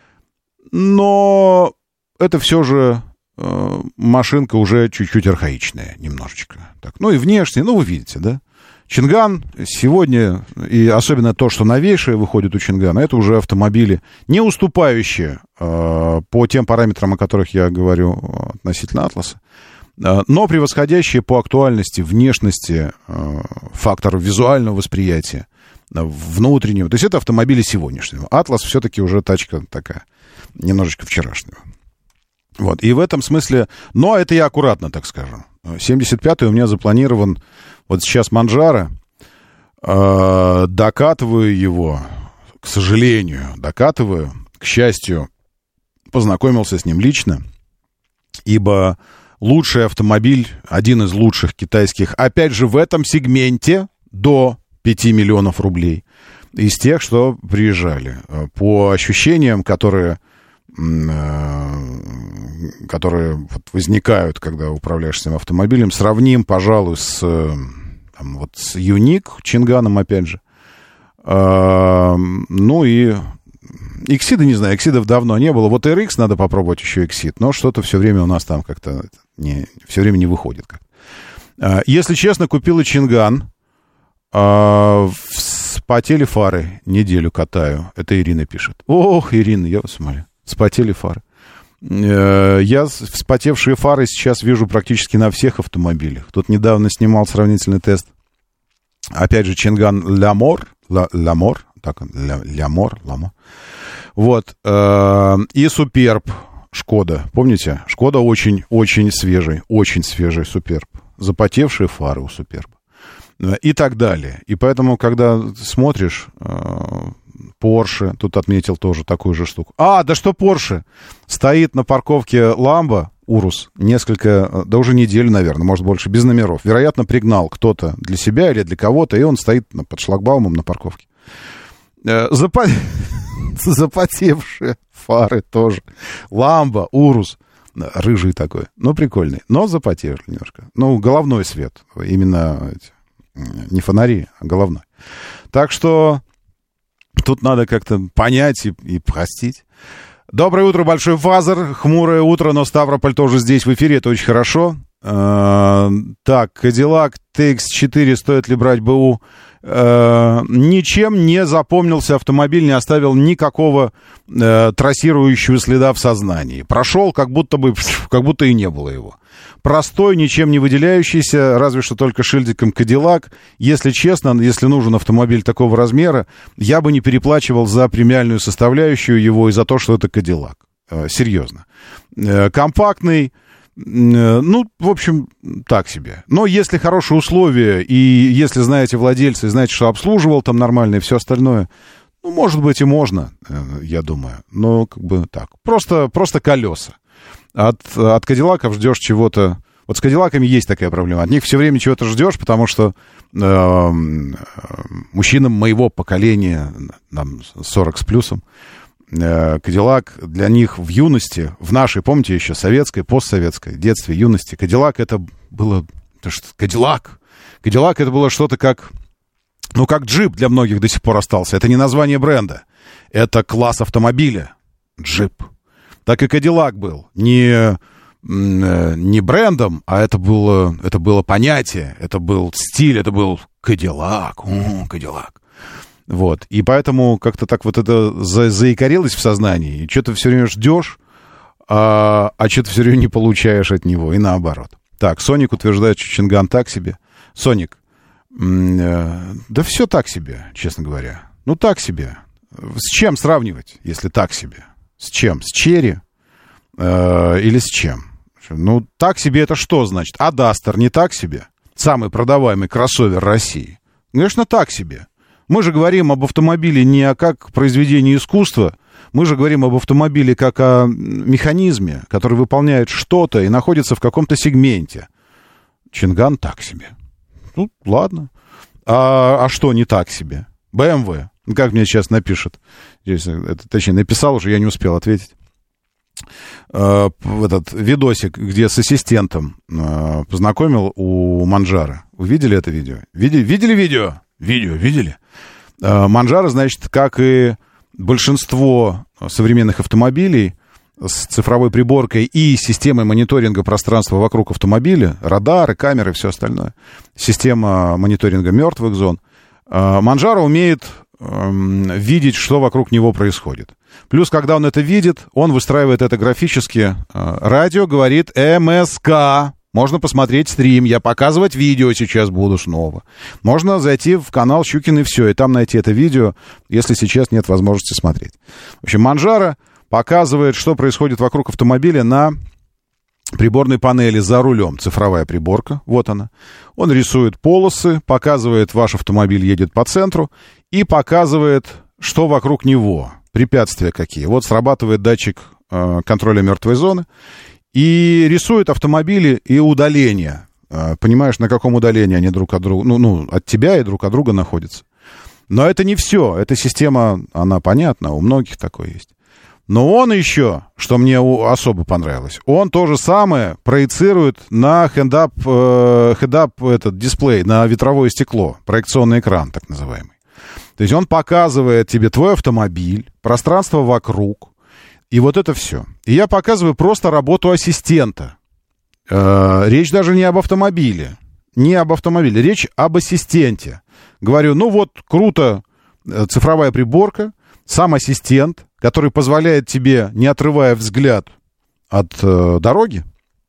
Но это все же э, машинка уже чуть-чуть архаичная немножечко. Так, ну и внешне, ну вы видите, да? Чинган сегодня, и особенно то, что новейшее выходит у Чингана, это уже автомобили, не уступающие э, по тем параметрам, о которых я говорю относительно Атласа, но превосходящие по актуальности, внешности, фактору визуального восприятия, внутреннего. То есть это автомобили сегодняшнего. Атлас все-таки уже тачка такая, немножечко вчерашнего. Вот. И в этом смысле... Но это я аккуратно так скажу. семьдесят пятый у меня запланирован... Вот сейчас Манджаро. Докатываю его к сожалению, докатываю. К счастью, познакомился с ним лично, ибо лучший автомобиль, один из лучших китайских, опять же, в этом сегменте до пяти миллионов рублей, из тех, что приезжали. По ощущениям, которые, которые вот возникают, когда управляешь этим автомобилем, сравним, пожалуй, с, там, вот, с Юник, Чинганом, опять же. Ну и Эксида, не знаю, Эксидов давно не было. Вот эр икс надо попробовать еще Эксид, но что-то все время у нас там как-то не, все время не выходит. Как. Если честно, купила Чинган, вспотели фары, неделю катаю. Это Ирина пишет. Ох, Ирина, я вас умоляю. Вспотели фары. Я вспотевшие фары сейчас вижу практически на всех автомобилях. Тут недавно снимал сравнительный тест. Опять же, Чинган Лямор, Лямор, так он, Лямор, Лямор. Вот. И Суперб Шкода. Помните? Шкода очень-очень свежий, очень свежий Суперб. Запотевшие фары у Суперба. И так далее. И поэтому, когда смотришь, Порше, тут отметил тоже такую же штуку. А, да что Порше? Стоит на парковке Ламбо, Урус, несколько, да уже неделю, наверное, может больше, без номеров. Вероятно, пригнал кто-то для себя или для кого-то, и он стоит под шлагбаумом на парковке. Запо... Запотевшие фары тоже. Ламбо, Урус. Рыжий такой. Ну, прикольный. Но запотевший немножко. Ну, головной свет. Именно эти, не фонари, а головной. Так что тут надо как-то понять и, и простить. Доброе утро, Большой Фазер. Хмурое утро, но Ставрополь тоже здесь в эфире. Это очень хорошо. А, так, Cadillac ти икс четыре. Стоит ли брать БУ? А, ничем не запомнился автомобиль, не оставил никакого а, трассирующего следа в сознании. Прошел, как будто бы, как будто и не было его. Простой, ничем не выделяющийся, разве что только шильдиком Cadillac. Если честно, если нужен автомобиль такого размера, я бы не переплачивал за премиальную составляющую его и за то, что это Cadillac. А, серьезно. А, компактный. Ну, в общем, так себе. Но если хорошие условия, и если знаете владельца, и знаете, что обслуживал там нормально, и все остальное, ну, может быть, и можно, я думаю. Но, как бы, так. Просто, просто колеса. От, от Кадиллаков ждешь чего-то... Вот с Кадиллаками есть такая проблема. От них все время чего-то ждешь, потому что э, мужчинам моего поколения, нам сорок с плюсом, Кадиллак для них в юности, в нашей, помните, еще советской, постсоветской, детстве, юности, Кадиллак это было... Это что, Кадиллак. Кадиллак это было что-то как... Ну, как джип для многих до сих пор остался. Это не название бренда. Это класс автомобиля. Джип. Так и Кадиллак был. Не, не брендом, а это было, это было понятие. Это был стиль, это был Кадиллак. О, Кадиллак. Вот, и поэтому как-то так вот это за, заикарилось в сознании, и что-то все время ждешь, а, а что-то все время не получаешь от него, и наоборот. Так, Соник утверждает, что Чинган так себе. Соник, э, да все так себе, честно говоря. Ну, так себе. С чем сравнивать, если так себе? С чем? С Черри э, или с чем? Ну, так себе это что значит? А Дастер не так себе? Самый продаваемый кроссовер России? Конечно, так себе. Мы же говорим об автомобиле не как произведении искусства, мы же говорим об автомобиле как о механизме, который выполняет что-то и находится в каком-то сегменте. Чинган так себе. Ну, ладно. А, а что не так себе? бэ эм вэ. Как мне сейчас напишет. Здесь, это, точнее, написал уже, я не успел ответить. Uh, этот видосик, где с ассистентом uh, познакомил у Манджаро. Вы видели это видео? Видели, видели видео? Видео, видели? Uh, Манджаро, значит, как и большинство современных автомобилей с цифровой приборкой и системой мониторинга пространства вокруг автомобиля, радары, камеры, все остальное, система мониторинга мертвых зон, uh, Манджаро умеет uh, видеть, что вокруг него происходит. Плюс, когда он это видит, он выстраивает это графически. Радио говорит эм эс ка. Можно посмотреть стрим. Я показывать видео сейчас буду снова. Можно зайти в канал Щукин и все, и там найти это видео, если сейчас нет возможности смотреть. В общем, Манджаро показывает, что происходит вокруг автомобиля на приборной панели за рулем. Цифровая приборка, вот она. Он рисует полосы, показывает, ваш автомобиль едет по центру, и показывает, что вокруг него, препятствия какие. Вот срабатывает датчик э, контроля мертвой зоны и рисует автомобили и удаления. Э, понимаешь, на каком удалении они друг от друга, ну, ну, от тебя и друг от друга находятся. Но это не все. Эта система, она понятна, у многих такое есть. Но он еще, что мне особо понравилось, он то же самое проецирует на head-up, э, head-up этот дисплей, на ветровое стекло, проекционный экран так называемый. То есть он показывает тебе твой автомобиль, пространство вокруг, и вот это все. И я показываю просто работу ассистента. Э, речь даже не об автомобиле, не об автомобиле, речь об ассистенте. Говорю, ну вот, круто, цифровая приборка, сам ассистент, который позволяет тебе, не отрывая взгляд от э, дороги,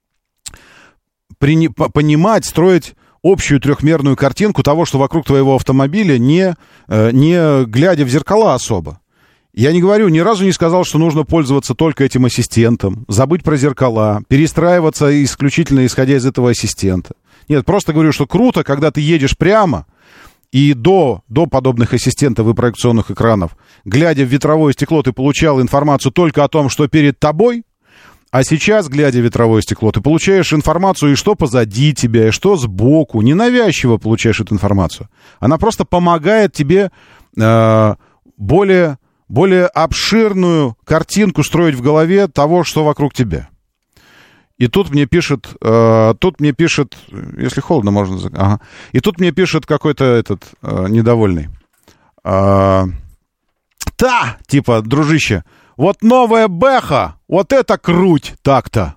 при, по, понимать, строить общую трехмерную картинку того, что вокруг твоего автомобиля, не, э, не глядя в зеркала особо. Я не говорю, ни разу не сказал, что нужно пользоваться только этим ассистентом, забыть про зеркала, перестраиваться исключительно исходя из этого ассистента. Нет, просто говорю, что круто, когда ты едешь прямо, и до, до подобных ассистентов и проекционных экранов, глядя в ветровое стекло, ты получал информацию только о том, что перед тобой, а сейчас, глядя в ветровое стекло, ты получаешь информацию и что позади тебя, и что сбоку. Ненавязчиво получаешь эту информацию. Она просто помогает тебе э, более, более обширную картинку строить в голове того, что вокруг тебя. И тут мне пишет, э, тут мне пишет, если холодно, можно... Ага. И тут мне пишет какой-то этот э, недовольный. Э, Та, типа, дружище, вот новая Бэха, вот это круть так-то.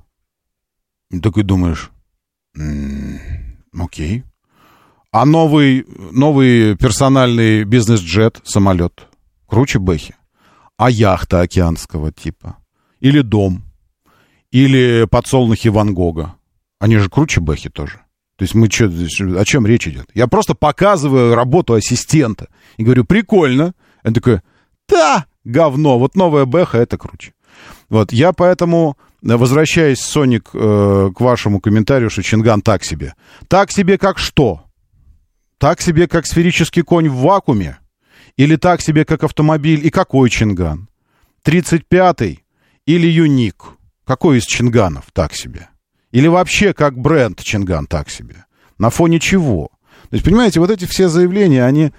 И такой думаешь, м-м, окей. А новый, новый персональный бизнес-джет, самолет, круче Бэхи. А яхта океанского типа? Или дом? Или подсолнухи Ван Гога. Они же круче Бэхи тоже. То есть мы что, о чем речь идет? Я просто показываю работу ассистента. И говорю, прикольно. Он такой, да, говно, вот новая Бэха, это круче. Вот, я поэтому, возвращаясь, Соник, э, к вашему комментарию, что Чинган так себе. Так себе как что? Так себе как сферический конь в вакууме? Или так себе как автомобиль? И какой Чинган? тридцать пятый или Юник? Какой из Чинганов так себе? Или вообще как бренд Чинган так себе? На фоне чего? То есть, понимаете, вот эти все заявления, они,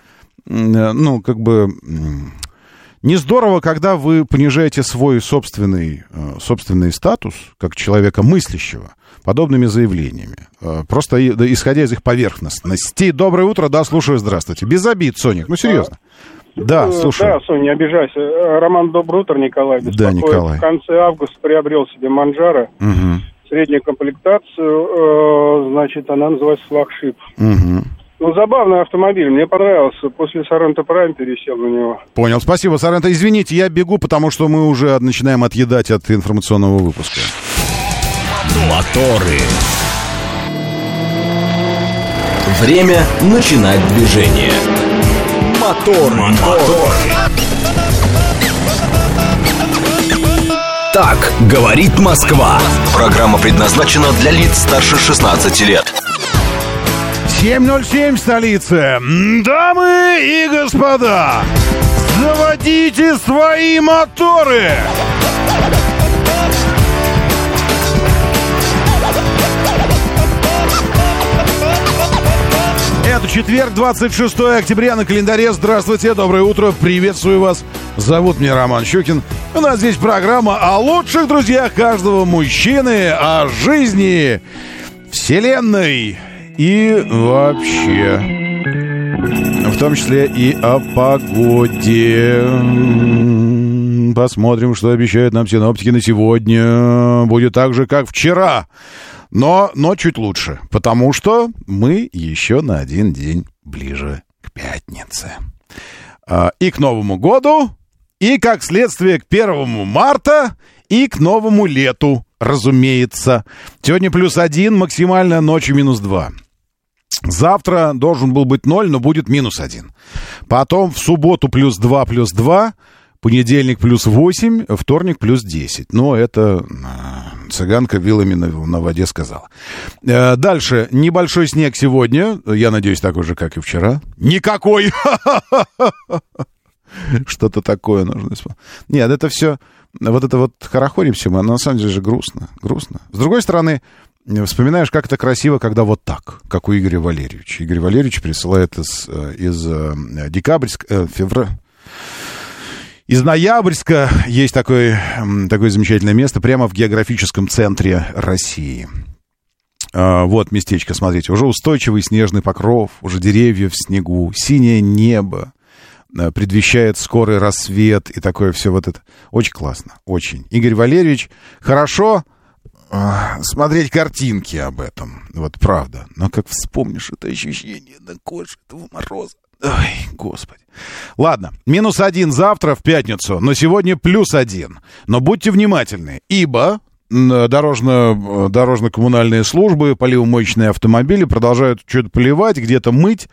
ну, как бы... Не здорово, когда вы понижаете свой собственный, собственный статус, как человека мыслящего, подобными заявлениями. Просто исходя из их поверхностности. Доброе утро, да, слушаю, здравствуйте. Без обид, Соник, ну серьезно. Да, слушаю. Да, Соня, не обижайся. Роман, доброе утро, Николай. Да, Николай. В конце августа приобрел себе Манджаро, угу. Среднюю комплектацию, значит, она называется флагшип. Угу. Ну, забавный автомобиль, мне понравился. После Соренто Прайм пересел на него. Понял, спасибо, Соренто. Извините, я бегу, потому что мы уже начинаем отъедать от информационного выпуска. Моторы. Время начинать движение. Мотор, мотор. Так говорит Москва. Программа предназначена для лиц старше шестнадцати лет. семь ноль семь в столице. Дамы и господа, заводите свои моторы! Это четверг, двадцать шестое октября на календаре. Здравствуйте, доброе утро, приветствую вас. Зовут меня Роман Щукин. У нас здесь программа о лучших друзьях каждого мужчины, о жизни, вселенной и вообще, в том числе и о погоде. Посмотрим, что обещают нам синоптики на сегодня. Будет так же, как вчера. Но, но чуть лучше, потому что мы еще на один день ближе к пятнице. И к Новому году, и, как следствие, к первому марта, и к новому лету, разумеется. Сегодня плюс один, максимально ночью минус два. Завтра должен был быть ноль, но будет минус один. Потом в субботу плюс два, плюс два. Понедельник плюс восемь, вторник плюс десять. Но это э, цыганка вилами на, на воде сказала. Э, дальше. Небольшой снег сегодня. Я надеюсь, такой же, как и вчера. Никакой! Что-то такое нужно исполнить. Нет, это все, вот это вот хорохоримся мы, но на самом деле же грустно, грустно. С другой стороны, вспоминаешь, как это красиво, когда вот так, как у Игоря Валерьевича. Игорь Валерьевич присылает из, из Декабрьска, февраля, из Ноябрьска есть такое, такое замечательное место прямо в географическом центре России. Вот местечко, смотрите, уже устойчивый снежный покров, уже деревья в снегу, синее небо, предвещает скорый рассвет и такое все вот это. Очень классно, очень. Игорь Валерьевич, хорошо смотреть картинки об этом, вот правда. Но как вспомнишь это ощущение на коже этого мороза. Ой, господи. Ладно, минус один завтра в пятницу, но сегодня плюс один. Но будьте внимательны, ибо дорожно, дорожно-коммунальные службы, поливомоечные автомобили продолжают что-то поливать, где-то мыть,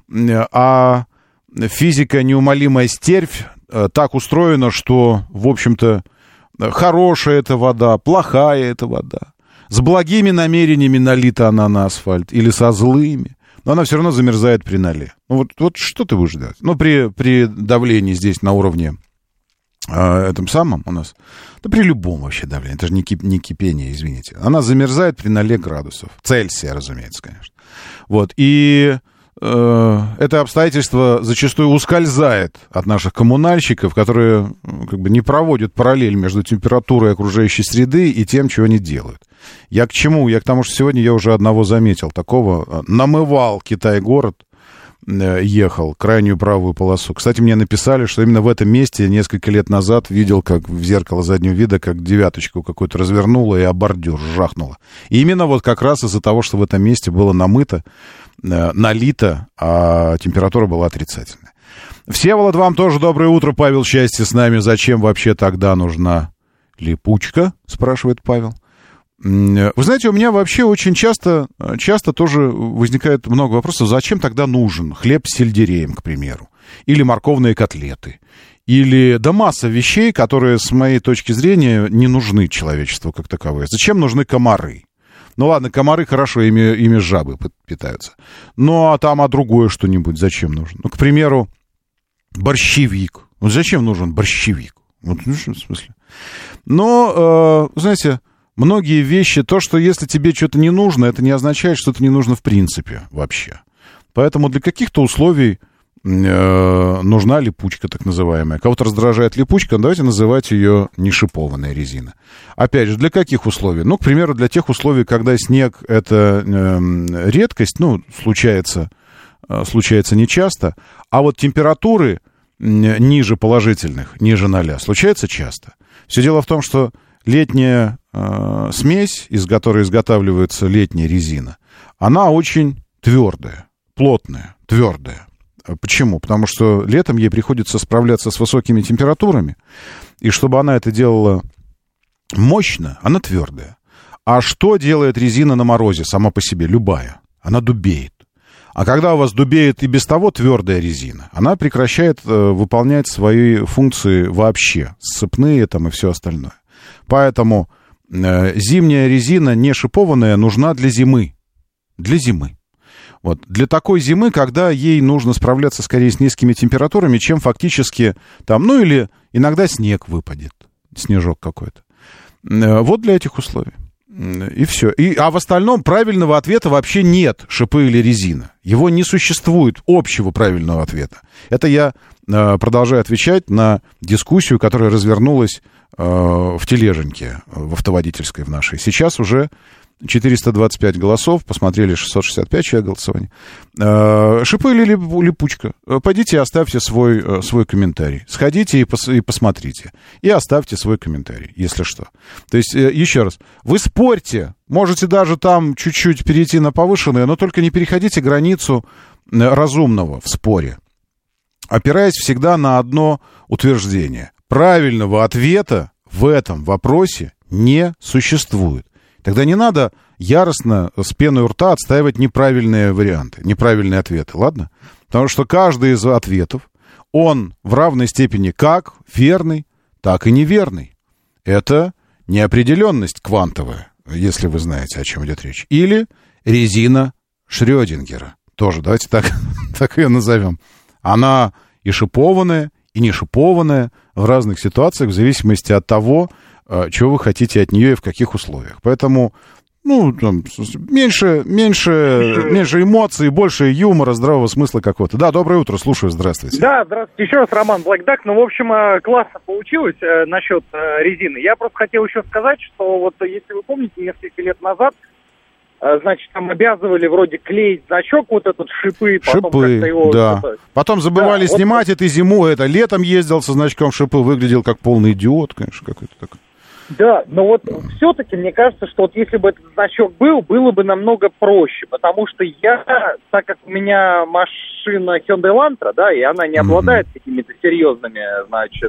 а физика, неумолимая стервь так устроена, что, в общем-то, хорошая эта вода, плохая эта вода. С благими намерениями налита она на асфальт или со злыми, но она все равно замерзает при нале. Ну вот, вот что ты будешь делать? Ну, при, при давлении здесь на уровне э, этом самом у нас, да при любом вообще давлении, это же не, кип, не кипение, извините. Она замерзает при нале градусов. Цельсия, разумеется, конечно. Вот, и э, это обстоятельство зачастую ускользает от наших коммунальщиков, которые как бы не проводят параллель между температурой окружающей среды и тем, чего они делают. Я к чему? Я к тому, что сегодня я уже одного заметил, такого. Намывал Китай-город, ехал, крайнюю правую полосу. Кстати, мне написали, что именно в этом месте несколько лет назад видел, как в зеркало заднего вида, как девяточку какую-то развернула и об бордюр жахнула. И именно вот как раз из-за того, что в этом месте было намыто, налито, а температура была отрицательная. Всеволод, вам тоже доброе утро. Павел, счастье с нами. Зачем вообще тогда нужна липучка? Спрашивает Павел. Вы знаете, у меня вообще очень часто, часто тоже возникает много вопросов, зачем тогда нужен хлеб с сельдереем, к примеру, или морковные котлеты, или да масса вещей, которые, с моей точки зрения, не нужны человечеству как таковые. Зачем нужны комары? Ну ладно, комары хорошо, ими, ими жабы питаются. Ну а там, а другое что-нибудь зачем нужно? Ну, к примеру, борщевик. Вот зачем нужен борщевик? Вот, ну, в смысле? Но, э, знаете... Многие вещи, то, что если тебе что-то не нужно, это не означает, что это не нужно в принципе вообще. Поэтому для каких-то условий э, нужна липучка, так называемая. Кого-то раздражает липучка, давайте называть ее не шипованная резина. Опять же, для каких условий? Ну, к примеру, для тех условий, когда снег — это э, редкость, ну, случается, э, случается нечасто, а вот температуры э, ниже положительных, ниже ноля, случается часто. Все дело в том, что летняя э, смесь, из которой изготавливается летняя резина, она очень твердая, плотная, твердая. Почему? Потому что летом ей приходится справляться с высокими температурами, и чтобы она это делала мощно, она твердая. А что делает резина на морозе сама по себе? Любая. Она дубеет. А когда у вас дубеет и без того твердая резина, она прекращает э, выполнять свои функции вообще, сцепные там и все остальное. Поэтому э, зимняя резина не шипованная нужна для зимы. Для зимы. Вот. Для такой зимы, когда ей нужно справляться скорее с низкими температурами, чем фактически там, ну или иногда снег выпадет, снежок какой-то. Э, вот для этих условий. И все. И, а в остальном правильного ответа вообще нет, шипы или резина. Его не существует, общего правильного ответа. Это я э, продолжаю отвечать на дискуссию, которая развернулась в тележеньке, в автоводительской в нашей. Сейчас уже четыреста двадцать пять голосов, посмотрели шестьсот шестьдесят пять человек голосования. Шипы или липучка? Пойдите и оставьте свой, свой комментарий. Сходите и, пос, и посмотрите. И оставьте свой комментарий, если что. То есть, еще раз, вы спорьте, можете даже там чуть-чуть перейти на повышенное, но только не переходите границу разумного в споре, опираясь всегда на одно утверждение. Правильного ответа в этом вопросе не существует. Тогда не надо яростно с пеной у рта отстаивать неправильные варианты, неправильные ответы, ладно? Потому что каждый из ответов, он в равной степени как верный, так и неверный. Это неопределенность квантовая, если вы знаете, о чем идет речь. Или резина Шрёдингера. Тоже давайте так, так ее назовем. Она и шипованная, и не шипованная в разных ситуациях, в зависимости от того, чего вы хотите от нее и в каких условиях. Поэтому, ну, там, меньше, меньше, меньше эмоций, больше юмора, здравого смысла какого-то. Да, доброе утро, слушаю, здравствуйте. Да, здравствуйте, еще раз, Роман Black Duck. Ну, в общем, классно получилось э, насчет э, резины. Я просто хотел еще сказать, что вот, если вы помните, несколько лет назад, значит, там обязывали вроде клеить значок, вот этот шипы, потом шипы, как-то его... да. Потом забывали да, снимать вот... это зимой, это летом ездил со значком шипы, выглядел как полный идиот, конечно, какой-то такой. Да, но вот все-таки мне кажется, что вот если бы этот значок был, было бы намного проще, потому что я, так как у меня машина Hyundai Elantra, да, и она не обладает mm-hmm. какими-то серьезными, значит...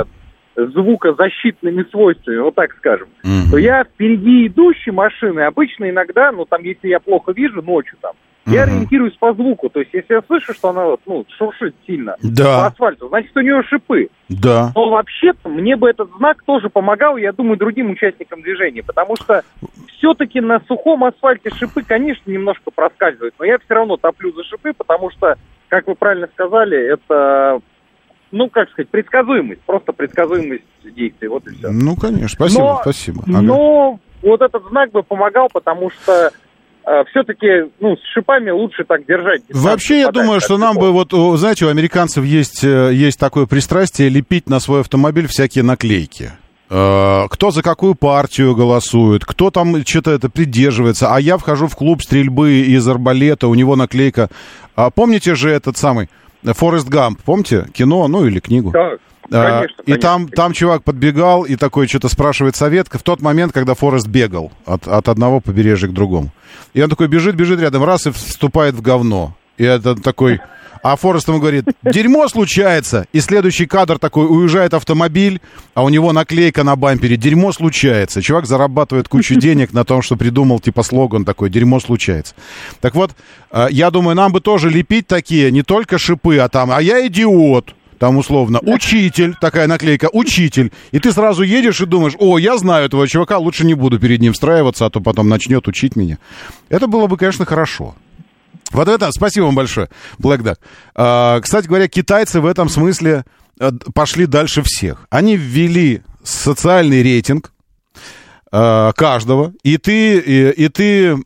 звукозащитными свойствами, вот так скажем, mm-hmm. то я впереди идущей машины обычно иногда, ну, там, если я плохо вижу ночью там, mm-hmm. я ориентируюсь по звуку. То есть, если я слышу, что она, ну, шуршит сильно да. по асфальту, значит, у нее шипы. Да. Но вообще-то мне бы этот знак тоже помогал, я думаю, другим участникам движения, потому что все-таки на сухом асфальте шипы, конечно, немножко проскальзывают, но я все равно топлю за шипы, потому что, как вы правильно сказали, это... Ну, как сказать, предсказуемость, просто предсказуемость действий, вот и все. Ну, конечно, спасибо, но, спасибо. Ага. Но вот этот знак бы помогал, потому что э, все-таки, ну, с шипами лучше так держать. Вообще, я думаю, что нам бы, вот, знаете, у американцев есть, есть такое пристрастие лепить на свой автомобиль всякие наклейки. Кто за какую партию голосует, кто там что-то это придерживается. А я вхожу в клуб стрельбы из арбалета, у него наклейка. А помните же этот самый... Форест Гамп, помните? Кино, ну или книгу. Да, конечно. И конечно. там, там чувак подбегал и такой что-то спрашивает совет в тот момент, когда Форест бегал от, от одного побережья к другому. И он такой бежит, бежит рядом, раз и вступает в говно. И это такой... А Форест ему говорит, дерьмо случается. И следующий кадр такой, уезжает автомобиль, а у него наклейка на бампере, дерьмо случается. Чувак зарабатывает кучу денег на том, что придумал типа слоган такой, дерьмо случается. Так вот, я думаю, нам бы тоже лепить такие, не только шипы, а там, а я идиот. Там условно, учитель, такая наклейка, учитель. И ты сразу едешь и думаешь, о, я знаю этого чувака, лучше не буду перед ним встраиваться, а то потом начнет учить меня. Это было бы, конечно, хорошо. Вот это, спасибо вам большое, Black Duck. А, кстати говоря, китайцы в этом смысле пошли дальше всех. Они ввели социальный рейтинг а, каждого, и ты, и, и ты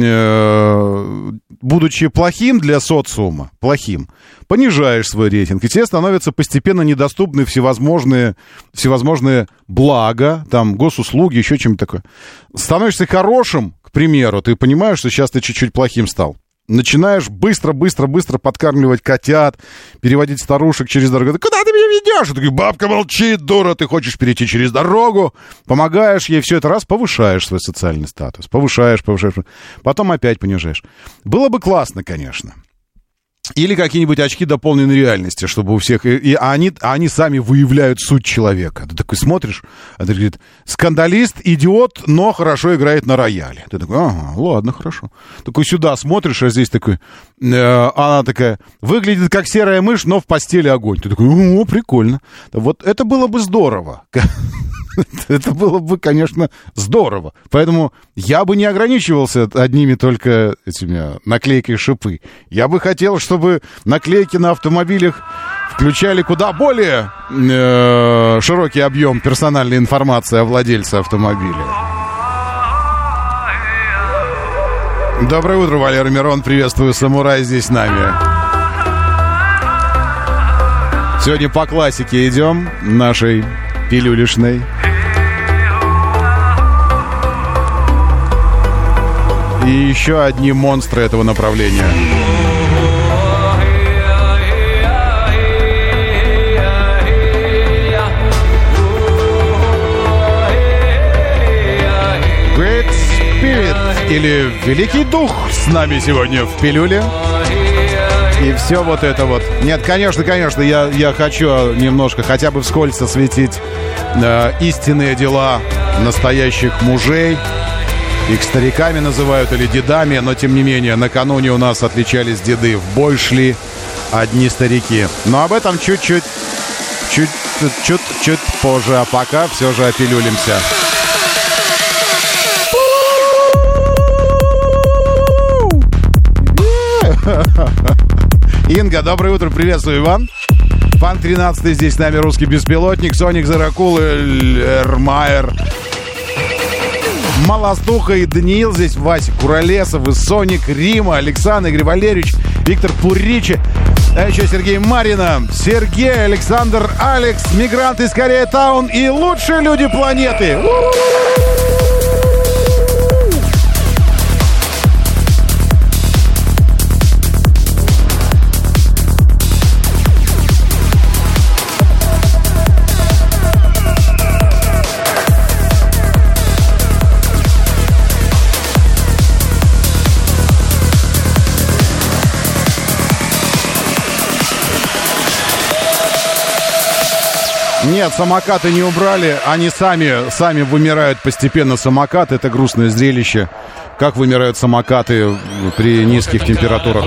э, будучи плохим для социума, плохим, понижаешь свой рейтинг, и тебе становятся постепенно недоступны всевозможные, всевозможные блага, там, госуслуги, еще чем-то такое. Становишься хорошим, к примеру, ты понимаешь, что сейчас ты чуть-чуть плохим стал. Начинаешь быстро-быстро-быстро подкармливать котят, переводить старушек через дорогу. Ты куда ты меня ведешь? И такой, бабка молчит, дура, ты хочешь перейти через дорогу. Помогаешь ей, все это раз, повышаешь свой социальный статус. Повышаешь, повышаешь, потом опять понижаешь. Было бы классно, конечно. Или какие-нибудь очки дополненной реальности, чтобы у всех... И, и они, они сами выявляют суть человека. Ты такой смотришь, а ты говорит, скандалист, идиот, но хорошо играет на рояле. Ты такой, ага, ладно, хорошо. Такой сюда смотришь, а здесь такой... Э, она такая, выглядит как серая мышь, но в постели огонь. Ты такой, о, прикольно. Вот это было бы здорово. Это было бы, конечно, здорово. Поэтому я бы не ограничивался одними только этими наклейками шипы. Я бы хотел, чтобы наклейки на автомобилях включали куда более э, широкий объем персональной информации о владельце автомобиля. Доброе утро, Валера Мирон. Приветствую, Самурай здесь с нами. Сегодня по классике идем, нашей пилюлишной. И еще одни монстры этого направления. Great Spirit, или Великий Дух, с нами сегодня в пилюле. И все вот это вот. Нет, конечно, конечно, я, я хочу немножко хотя бы вскользь осветить э, истинные дела настоящих мужей. Их стариками называют или дедами, но тем не менее, накануне у нас отличались деды. В бой шли одни старики. Но об этом чуть-чуть, чуть-чуть позже. А пока все же опилюлимся. Инга, доброе утро, приветствую, Иван. Фан тринадцатый здесь с нами, русский беспилотник, Соник Заракул, Эрмайер, Малостуха и Даниил здесь, Вася Куролесов, и Соник, Рима, Александр, Игорь Валерьевич, Виктор Пуричи, а еще Сергей Марина, Сергей, Александр, Алекс, мигранты из Корея-таун и лучшие люди планеты. Нет, самокаты не убрали, они сами, сами вымирают постепенно, самокаты. Это грустное зрелище, как вымирают самокаты при низких температурах.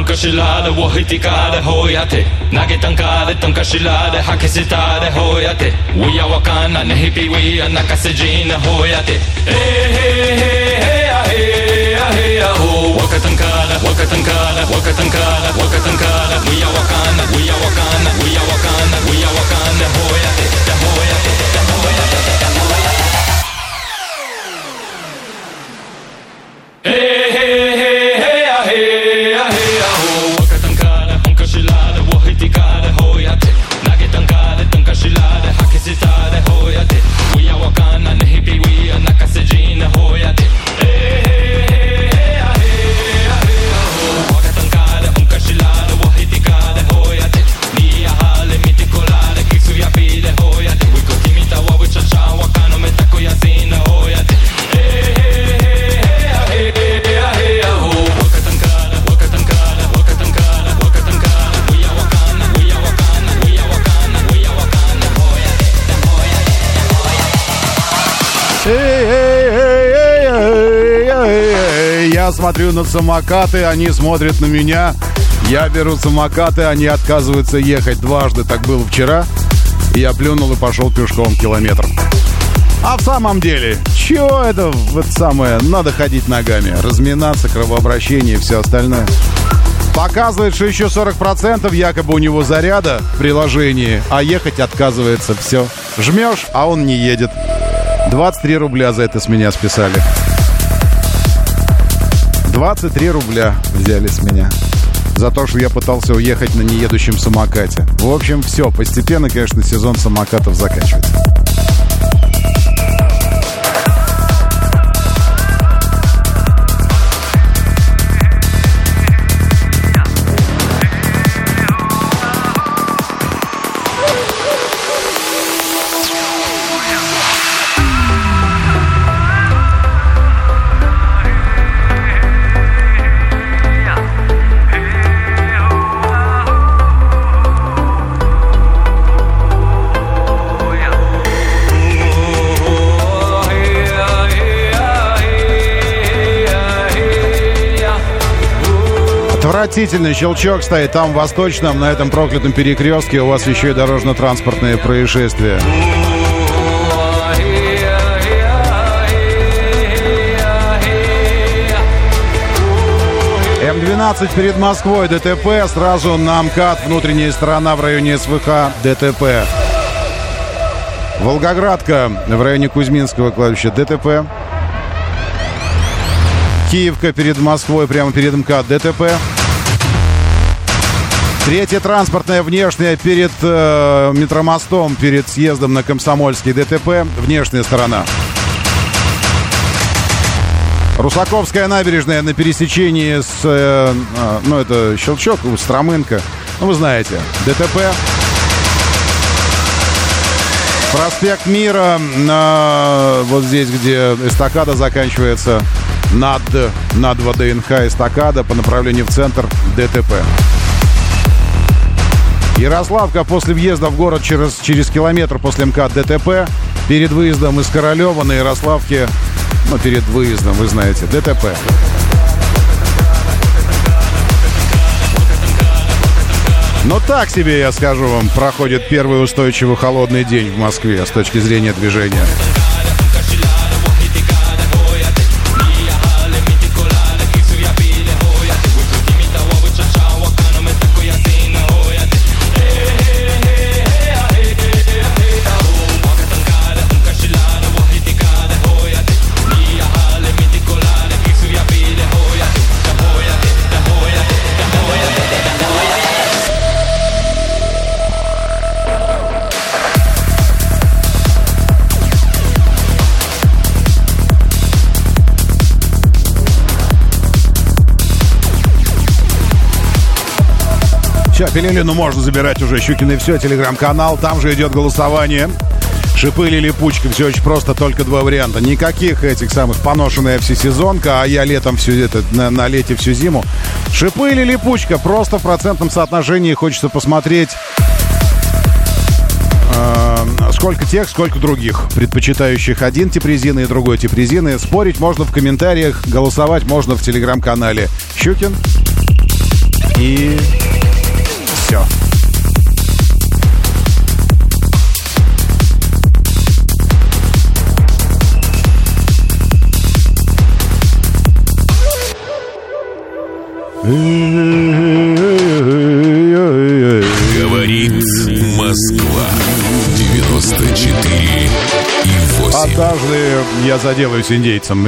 Я смотрю на самокаты, они смотрят на меня. Я беру самокаты, они отказываются ехать. Дважды так было вчера. И я плюнул и пошел пешком километр. А в самом деле, чего это вот самое? Надо ходить ногами, разминаться, кровообращение и все остальное. Показывает, что еще сорок процентов якобы у него заряда в приложении, а ехать отказывается. Все. Жмешь, а он не едет. двадцать три рубля за это с меня списали. двадцать три рубля взяли с меня за то, что я пытался уехать на неедущем самокате. В общем, все, постепенно, конечно, сезон самокатов заканчивается. Отвратительный щелчок стоит там в Восточном, на этом проклятом перекрестке. У вас еще и дорожно-транспортные происшествия. эм двенадцать перед Москвой, ДТП. Сразу на МКАД, внутренняя сторона в районе СВХ, ДТП. Волгоградка в районе Кузьминского кладбища, ДТП. Киевка перед Москвой, прямо перед МКАД, ДТП. Третья транспортная внешняя перед э, метромостом, перед съездом на Комсомольский, ДТП, внешняя сторона. Русаковская набережная на пересечении с, э, э, ну это Щелчок, Стромынка, ну вы знаете, ДТП. Проспект Мира, э, вот здесь, где эстакада заканчивается, над, над ВДНХ эстакада по направлению в центр, ДТП. Ярославка после въезда в город через, через километр после МКАД, ДТП. Перед выездом из Королева на Ярославке, ну, перед выездом, вы знаете, ДТП. Но так себе, я скажу вам, проходит первый устойчивый холодный день в Москве с точки зрения движения. Все, Пелелину можно забирать уже. Щукин и все, телеграм-канал. Там же идет голосование. Шипы или липучка, все очень просто, только два варианта. Никаких этих самых поношенная всесезонка, а я летом всю это, на, на лете всю зиму. Шипы или липучка, просто в процентном соотношении хочется посмотреть, э, сколько тех, сколько других, предпочитающих один тип резины и другой тип резины. Спорить можно в комментариях, голосовать можно в телеграм-канале Щукин. И все. Говорит Москва девяносто четыре и восемь. Однажды я заделаюсь индейцем.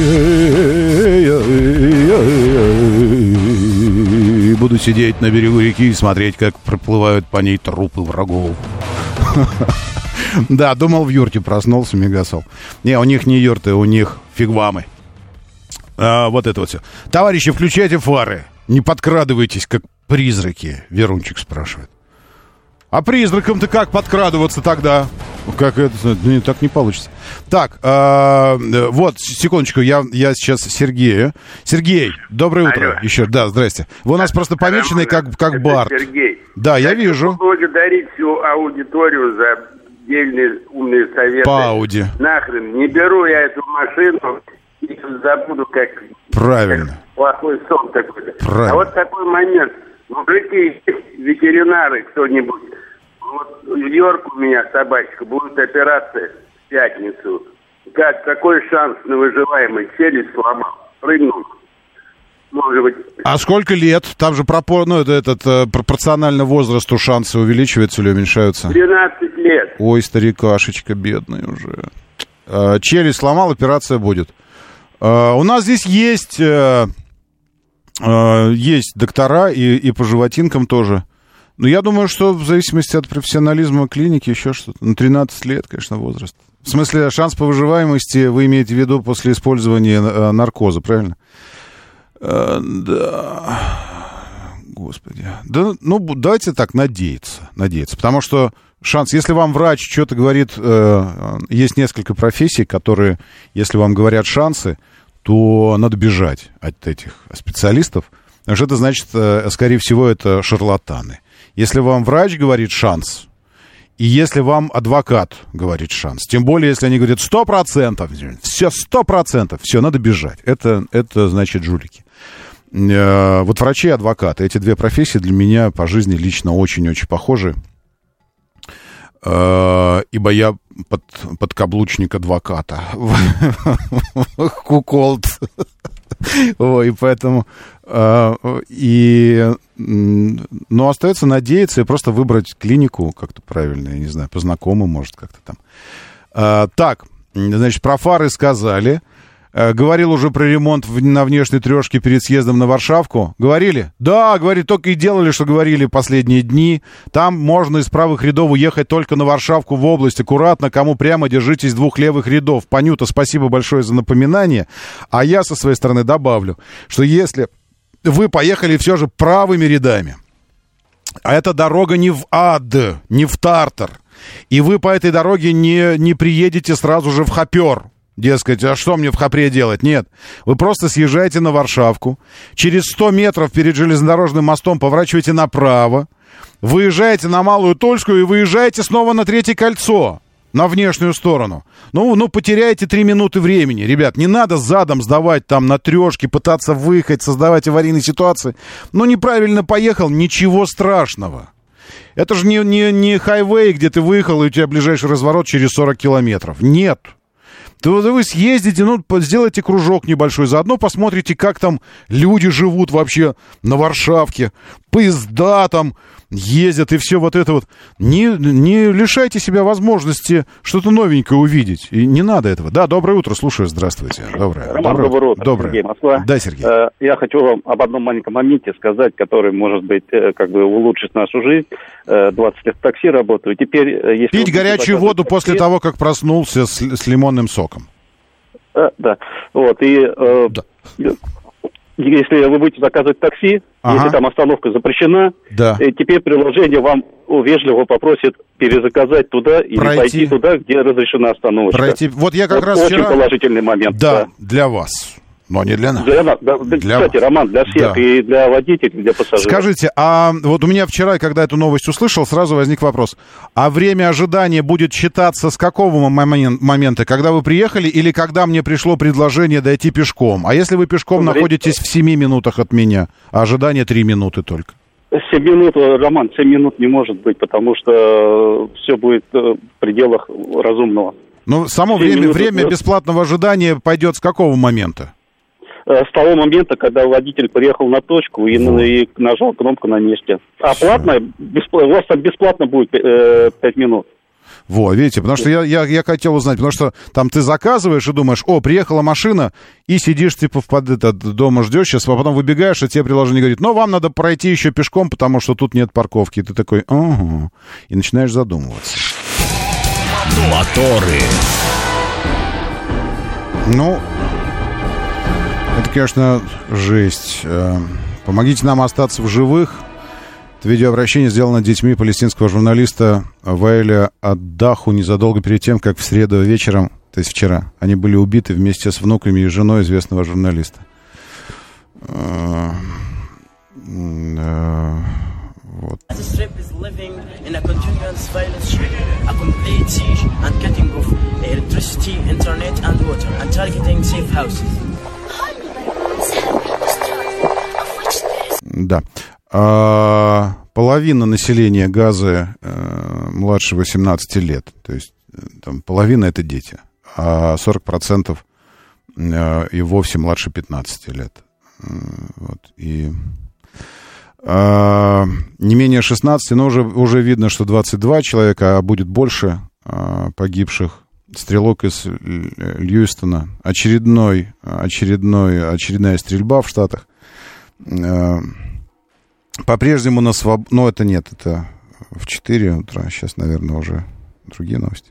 И буду сидеть на берегу реки и смотреть, как проплывают по ней трупы врагов. Да, думал, в юрте проснулся Мегасол. Не, у них не юрты, у них фигвамы. А, вот это вот все. Товарищи, включайте фары. Не подкрадывайтесь, как призраки, Верунчик спрашивает. А призракам-то как подкрадываться тогда? Как это? Не, так не получится. Так, а, вот, секундочку, я, я сейчас Сергею. Сергей, доброе утро. Алло. Еще, да, здрасте. Вы у нас просто помеченный как, как Барт. Сергей. Да, я Хочу вижу. поблагодарить всю аудиторию за дельные умные советы. По Ауди. Нахрен, не беру я эту машину и забуду, как... Правильно. Как плохой сон такой-то. Правильно. А вот такой момент. Мужики, ветеринары, кто-нибудь. Вот в Йорк у меня собачка, будет операция в пятницу. Как, какой шанс на выживаемый? Челюсть сломал, прыгнул. Может быть... А сколько лет? Там же пропор... ну, это, этот, э, пропорционально возрасту шансы увеличиваются или уменьшаются? двенадцать лет. Ой, старикашечка, бедный уже. Э, челюсть сломал, операция будет. Э, у нас здесь есть, э, э, есть доктора и, и по животинкам тоже. Но я думаю, что в зависимости от профессионализма клиники еще что-то. На тринадцать лет, конечно, возраст. В смысле, шанс по выживаемости вы имеете в виду после использования э, наркоза, правильно? Э, да. Господи. Да, ну, давайте так, надеяться. Надеяться. Потому что шанс, если вам врач что-то говорит, э, есть несколько профессий, которые, если вам говорят шансы, то надо бежать от этих специалистов. Потому что это значит, э, скорее всего, это шарлатаны. Если вам врач говорит шанс, и если вам адвокат говорит шанс, тем более, если они говорят сто процентов, все сто процентов, все, надо бежать. Это, это значит жулики. Вот врачи и адвокаты, эти две профессии для меня по жизни лично очень-очень похожи. Ибо я под, подкаблучник адвоката. Куколд. Ой, поэтому... И... Но остается надеяться и просто выбрать клинику как-то правильно, я не знаю, по знакомым, может, как-то там. Так, значит, про фары сказали. Говорил уже про ремонт на внешней трешке перед съездом на Варшавку. Говорили? Да, говорит, только и делали, что говорили последние дни. Там можно из правых рядов уехать только на Варшавку в область. Аккуратно, кому прямо, держитесь двух левых рядов. Панюта, спасибо большое за напоминание. А я со своей стороны добавлю, что если вы поехали все же правыми рядами, а эта дорога не в ад, не в Тартар, и вы по этой дороге не, не приедете сразу же в Хопер, дескать, а что мне в Хопре делать? Нет. Вы просто съезжаете на Варшавку, через сто метров перед железнодорожным мостом поворачиваете направо, выезжаете на Малую Тольскую и выезжаете снова на Третье кольцо, на внешнюю сторону. Ну, ну, потеряете три минуты времени. Ребят, не надо задом сдавать там на трешке, пытаться выехать, создавать аварийные ситуации. Ну, неправильно поехал, ничего страшного. Это же не, не, не хайвей, где ты выехал, и у тебя ближайший разворот через сорок километров. Нет. То вы съездите, ну, сделайте кружок небольшой, заодно посмотрите, как там люди живут вообще на Варшавке, поезда там ездят и все вот это вот. Не, не лишайте себя возможности что-то новенькое увидеть. И не надо этого. Да, доброе утро, слушаю, здравствуйте. Доброе, Роман, доброе, доброе утро. Доброе. Сергей, Москва. Да, Сергей. Я хочу вам об одном маленьком моменте сказать, который, может быть, как бы улучшит нашу жизнь. двадцать лет в такси работаю. Теперь, если Пить горячую воду такси, после того, как проснулся с, с лимонным соком. Да, да. Вот, и... Да. если вы будете заказывать такси, ага. если там остановка запрещена, да. теперь приложение вам вежливо попросит перезаказать туда или Пройти. пойти туда, где разрешена остановочка. Пройти. Вот я как вот раз очень вчера... положительный момент. Да, да, для вас. Но не для нас. Для нас, да, для кстати, вас. Роман, для всех, да. и для водителей, и для пассажиров. Скажите, а вот у меня вчера, когда эту новость услышал, сразу возник вопрос. А время ожидания будет считаться с какого момента? Когда вы приехали или когда мне пришло предложение дойти пешком? А если вы пешком Время... находитесь в семи минутах от меня, а ожидание три минуты только? семь минут, Роман, семь минут не может быть, потому что все будет в пределах разумного. Ну, само время, время бесплатного ожидания пойдет с какого момента? С того момента, когда водитель приехал на точку и, вот. и нажал кнопку на месте. А Все. платно, бесплатно, у вас там бесплатно будет э, пять минут. Во, видите, потому что я, я, я хотел узнать, потому что там ты заказываешь и думаешь, о, приехала машина, и сидишь, типа, под этот, дома ждешь сейчас, а потом выбегаешь, и тебе приложение говорит, ну, вам надо пройти еще пешком, потому что тут нет парковки. И ты такой, ага, и начинаешь задумываться. Моторы. Ну... Это, конечно, жесть. Помогите нам остаться в живых. Это видеообращение сделано детьми палестинского журналиста Ваэля Аддаху незадолго перед тем, как в среду вечером, то есть вчера, они были убиты вместе с внуками и женой известного журналиста. Вот. Да. А, половина населения Газы э, младше восемнадцати лет. То есть там, половина это дети. А сорок процентов э, и вовсе младше пятнадцати лет. Вот. И э, не менее шестнадцати, но уже, уже видно, что двадцать два человека, а будет больше э, погибших. Стрелок из Льюистона. Очередной, очередной, очередная стрельба в Штатах. По-прежнему на свободе... Ну, это нет, это в четыре утра. Сейчас, наверное, уже другие новости.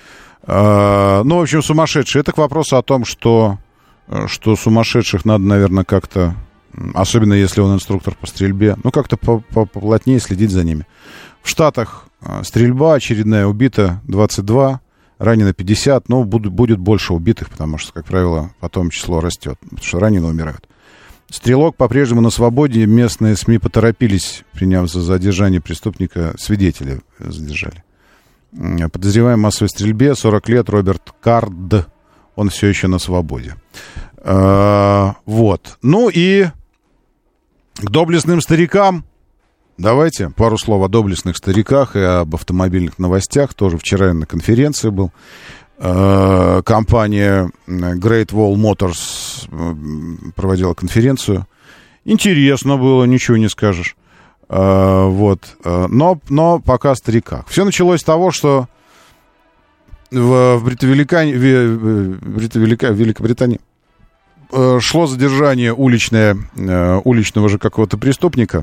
Ну, в общем, сумасшедшие. Это к вопросу о том, что, что сумасшедших надо, наверное, как-то... Особенно если он инструктор по стрельбе. Ну, как-то поплотнее следить за ними. В Штатах стрельба очередная, убито двадцать два. Ранено пятьдесят, но будет, будет больше убитых, потому что, как правило, потом число растет, потому что раненые умирают. Стрелок по-прежнему на свободе. Местные СМИ поторопились, приняв за задержание преступника, свидетеля задержали. Подозреваемый в массовой стрельбе, сорок лет, Роберт Кард, он все еще на свободе. А, вот. Ну и к доблестным старикам. Давайте пару слов о доблестных стариках и об автомобильных новостях. Тоже вчера я на конференции был. Э, компания Great Wall Motors проводила конференцию. Интересно было, ничего не скажешь. Э, вот. Но, но пока о стариках. Все началось с того, что в, в, Бритовеликане, в, в Великобритании э, шло задержание уличное, э, уличного же какого-то преступника.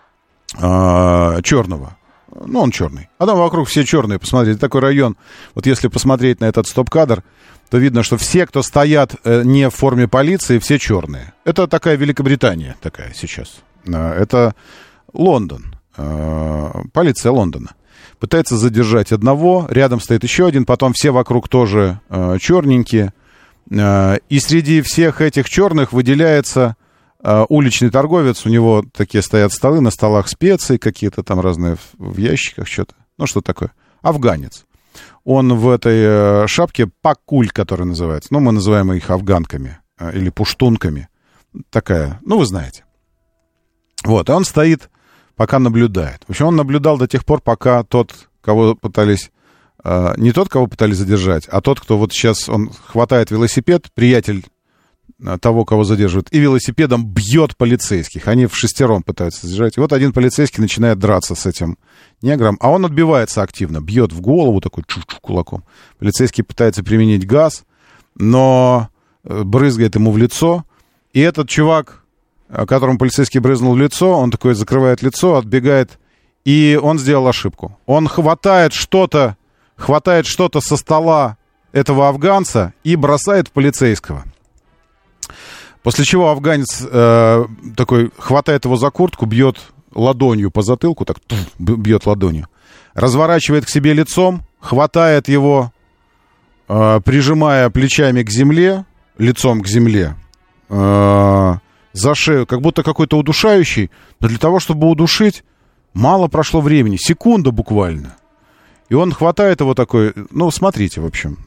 А, черного. Ну, он черный. А там вокруг все черные. Посмотрите, такой район. Вот если посмотреть на этот стоп-кадр, то видно, что все, кто стоят э, не в форме полиции, все черные. Это такая Великобритания такая сейчас. А, это Лондон. А, полиция Лондона. Пытается задержать одного. Рядом стоит еще один. Потом все вокруг тоже а, черненькие. А, и среди всех этих черных выделяется... Uh, уличный торговец, у него такие стоят столы, на столах специи какие-то там разные в, в ящиках, что-то. Ну, что такое? Афганец. Он в этой uh, шапке пакуль, которая называется. Ну, мы называем их афганками uh, или пуштунками. Такая, ну, вы знаете. Вот, и он стоит, пока наблюдает. В общем, он наблюдал до тех пор, пока тот, кого пытались... Uh, не тот, кого пытались задержать, а тот, кто вот сейчас, он хватает велосипед, приятель того, кого задерживают, и велосипедом бьет полицейских. Они в шестером пытаются задержать. И вот один полицейский начинает драться с этим негром, а он отбивается активно, бьет в голову такой чук-чук кулаком. Полицейский пытается применить газ, но брызгает ему в лицо. И этот чувак, которому полицейский брызнул в лицо, он такой закрывает лицо, отбегает, и он сделал ошибку. Он хватает что-то, хватает что-то со стола этого афганца и бросает в полицейского. После чего афганец э, такой хватает его за куртку, бьет ладонью по затылку, так туф, бьет ладонью, разворачивает к себе лицом, хватает его, э, прижимая плечами к земле, лицом к земле, э, за шею, как будто какой-то удушающий, но для того, чтобы удушить, мало прошло времени, секунда буквально. И он хватает его такой, ну, смотрите, в общем.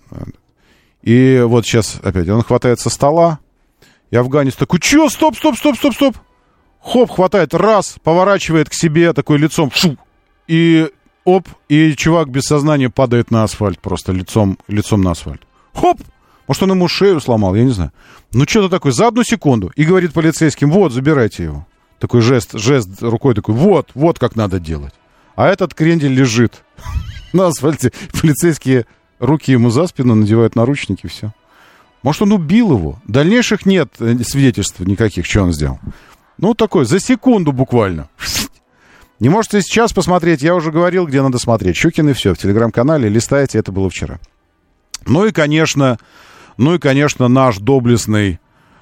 И вот сейчас опять, он хватает со стола, и афганец такой, чё, стоп, стоп, стоп, стоп, стоп. Хоп, хватает, раз, поворачивает к себе такой лицом, шу, и оп, и чувак без сознания падает на асфальт, просто лицом, лицом на асфальт. Хоп! Может, он ему шею сломал, я не знаю. Ну, что-то такое, за одну секунду. И говорит полицейским, вот, забирайте его. Такой жест, жест рукой такой, вот, вот как надо делать. А этот крендель лежит на асфальте. Полицейские руки ему за спину надевают наручники, все. Может, он убил его? Дальнейших нет свидетельств никаких, что он сделал. Ну, такой, за секунду буквально. Не можете сейчас посмотреть, я уже говорил, где надо смотреть. Щукин и все, в телеграм-канале, листайте, это было вчера. Ну и, конечно, ну и, конечно, наш доблестный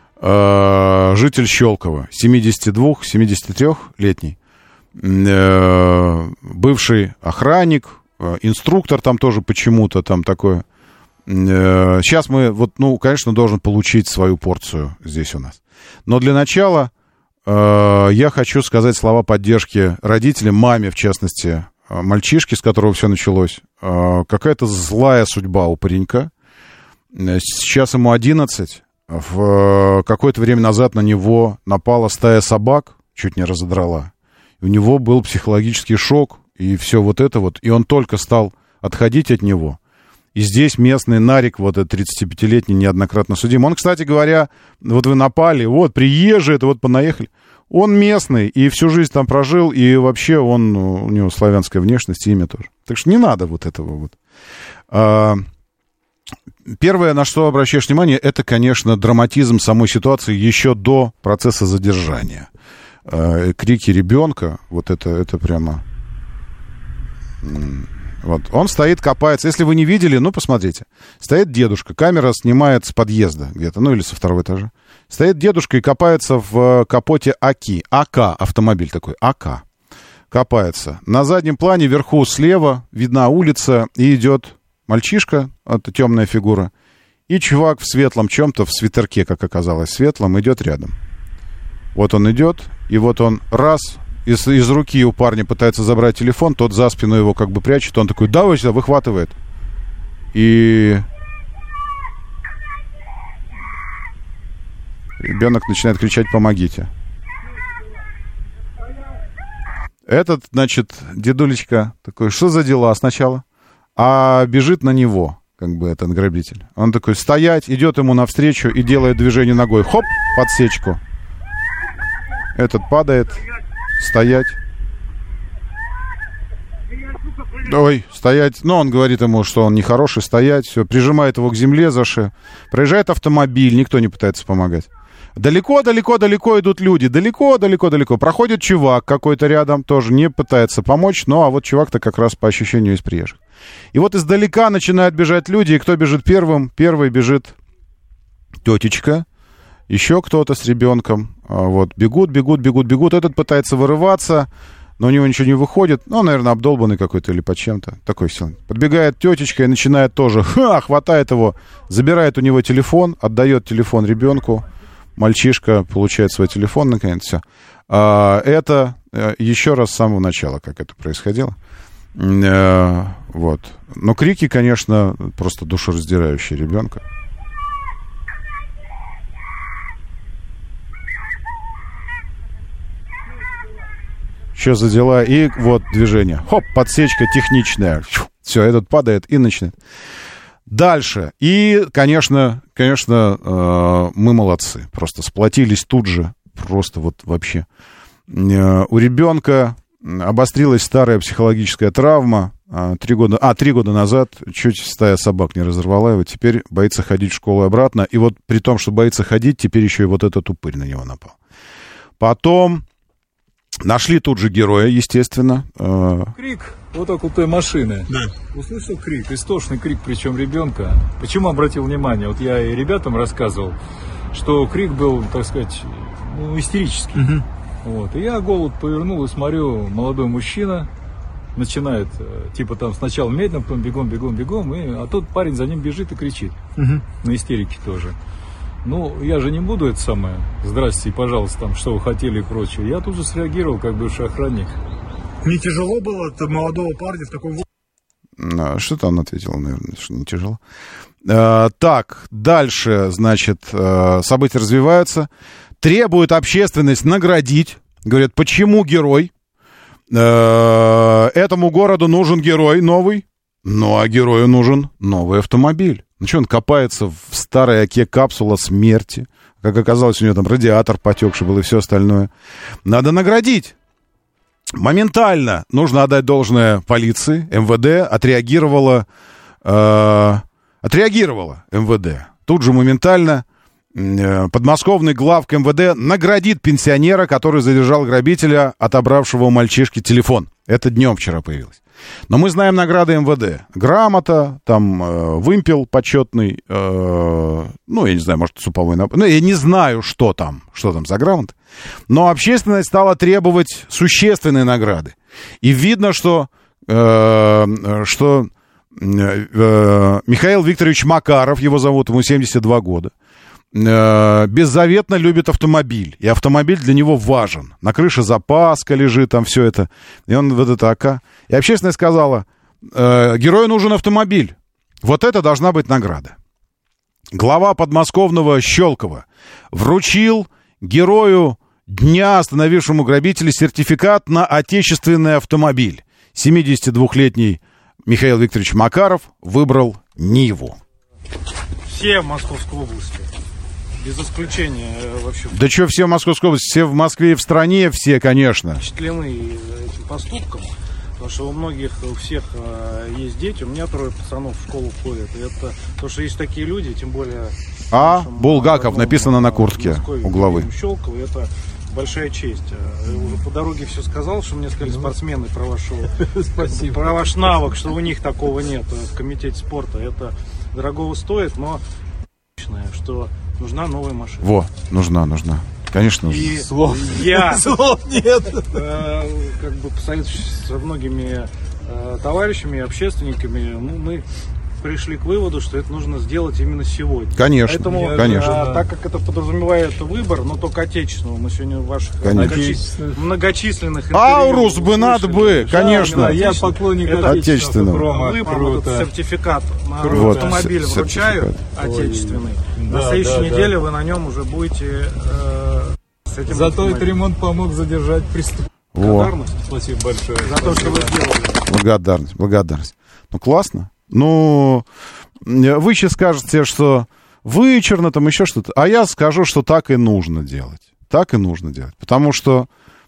э, житель Щелково, семьдесят два семьдесят три-летний, э, бывший охранник, э, инструктор там тоже почему-то там такое. Э, сейчас мы, вот, ну, конечно, должен получить свою порцию здесь у нас. Но для начала э, я хочу сказать слова поддержки родителям, маме, в частности, мальчишки, с которого все началось. Э, какая-то злая судьба у паренька. Сейчас ему одиннадцать. В какое-то время назад на него напала стая собак, чуть не разодрала. У него был психологический шок, и все вот это вот. И он только стал отходить от него. И здесь местный Нарик, вот этот тридцатипятилетний, неоднократно судим. Он, кстати говоря, вот вы напали, вот, приезжие, это вот понаехали. Он местный, и всю жизнь там прожил, и вообще он, у него славянская внешность, и имя тоже. Так что не надо вот этого вот. А, первое, на что обращаешь внимание, это, конечно, драматизм самой ситуации еще до процесса задержания. А, крики ребенка, вот это, это прямо... Вот. Он стоит, копается. Если вы не видели, ну, посмотрите. Стоит дедушка, камера снимает с подъезда где-то, ну, или со второго этажа. Стоит дедушка и копается в капоте АКИ. АК, автомобиль такой, АК. Копается. На заднем плане, вверху слева, видна улица, и идет мальчишка, это темная фигура, и чувак в светлом чем-то, в свитерке, как оказалось, светлом, идет рядом. Вот он идет, и вот он раз... Из, из руки у парня пытается забрать телефон, тот за спину его как бы прячет, он такой, давай сюда, выхватывает. И ребенок начинает кричать, помогите. Этот, значит, дедулечка такой, что за дела сначала? А бежит на него, как бы этот грабитель. Он такой, стоять, идет ему навстречу и делает движение ногой, хоп, подсечку. Этот падает. Стоять. Ой, стоять. Ну, он говорит ему, что он нехороший, стоять. Все, прижимает его к земле за шею. Проезжает автомобиль, никто не пытается помогать. Далеко-далеко-далеко идут люди. Далеко-далеко-далеко. Проходит чувак какой-то рядом, тоже не пытается помочь. Ну, а вот чувак-то как раз по ощущению из приезжих. И вот издалека начинают бежать люди. И кто бежит первым? Первый бежит тетечка. Еще кто-то с ребенком. Вот, бегут, бегут, бегут, бегут. Этот пытается вырываться, но у него ничего не выходит. Ну, наверное, обдолбанный какой-то или под чем-то. Такой силы. Подбегает тетечка и начинает тоже, ха, хватает его, забирает у него телефон, отдает телефон ребенку. Мальчишка получает свой телефон, наконец, все. А, это еще раз с самого начала, как это происходило. А, вот. Но крики, конечно, просто душераздирающие ребенка. Что за дела? И вот движение. Хоп, подсечка техничная. Все, этот падает и начинает. Дальше. И, конечно, конечно, мы молодцы. Просто сплотились тут же. Просто вот вообще. У ребенка обострилась старая психологическая травма. Три года, а, три года назад чуть стая собак не разорвала его. Теперь боится ходить в школу и обратно. И вот при том, что боится ходить, теперь еще и вот этот упырь на него напал. Потом... Нашли тут же героя, естественно. Крик вот так у той машины. Да. Услышал крик, истошный крик, причем ребенка. Почему обратил внимание? Вот я и ребятам рассказывал. что крик был, так сказать, ну, истерический. Uh-huh. Вот. И я голову повернул и смотрю, молодой мужчина начинает, типа там сначала медленно, потом бегом, бегом, бегом, и, а тот парень за ним бежит и кричит. Uh-huh. На истерике тоже. Ну, я же не буду это самое, здрасте, пожалуйста, там, что вы хотели и прочее. Я тут же среагировал, как бывший охранник. Не тяжело было от молодого парня в таком... Что-то он ответил, наверное, что не тяжело. А, так, дальше, значит, события развиваются. Требует общественность наградить. Говорят, почему герой? Этому городу нужен герой новый. Ну, а герою нужен новый автомобиль. Ну, что он копается в старой оке капсула смерти? Как оказалось, у него там радиатор потекший был и все остальное. Надо наградить. Моментально нужно отдать должное полиции. эм вэ дэ отреагировала, э, отреагировала эм вэ дэ. Тут же моментально э, подмосковный главк эм вэ дэ наградит пенсионера, который задержал грабителя, отобравшего у мальчишки телефон. Это днем вчера появилось. Но мы знаем награды эм вэ дэ. Грамота, там э, вымпел почетный, э, ну, я не знаю, может, суповой напор. Ну, я не знаю, что там, что там за грамота. Но общественность стала требовать существенные награды. И видно, что, э, что э, Михаил Викторович Макаров, его зовут, ему семьдесят два года, э, беззаветно любит автомобиль. И автомобиль для него важен. На крыше запаска лежит, там все это. И он вот это АК. И общественность сказала, э, герою нужен автомобиль. Вот это должна быть награда. Глава подмосковного Щелково вручил герою дня, остановившему грабителя, сертификат на отечественный автомобиль. семидесятидвухлетний Михаил Викторович Макаров выбрал Ниву. Все в Московской области. Без исключения вообще. Да что все в Московской области? Все в Москве и в стране, все, конечно. Впечатлены этим поступком. Потому что у многих, у всех э, есть дети. У меня трое пацанов в школу ходят. И это то, что есть такие люди, тем более... А, нашем, Булгаков, родном, написано на куртке Москве, у главы. Щелково, это большая честь. Я уже по дороге все сказал, что мне сказали спортсмены про вашу, про ваш навык, что у них такого нет в комитете спорта. Это дорогого стоит, но что нужна новая машина. Во, нужна, нужна. Конечно, нужна. И слов. Я слов нет. Э, как бы посоветовавшись со многими э, товарищами, общественниками, ну, мы пришли к выводу, что это нужно сделать именно сегодня. Конечно, Поэтому, конечно. А, так как это подразумевает выбор, но только отечественного, мы сегодня ваших многочисленных, многочисленных Аурус бы надо бы, конечно. Да, я поклонник это отечественного. Выбор, вот этот сертификат на вот. автомобиль С- вручаю, отечественный. Ой. На Да, следующей да, неделе да. вы на нем уже будете э, с этим Зато этот автомобилем. ремонт помог задержать преступника. Благодарность. Спасибо большое. За то, что вы сделали. Благодарность, благодарность. Ну, классно. Ну, вы сейчас скажете, что вычурно, там еще что-то. А я скажу, что так и нужно делать. Так и нужно делать. Потому что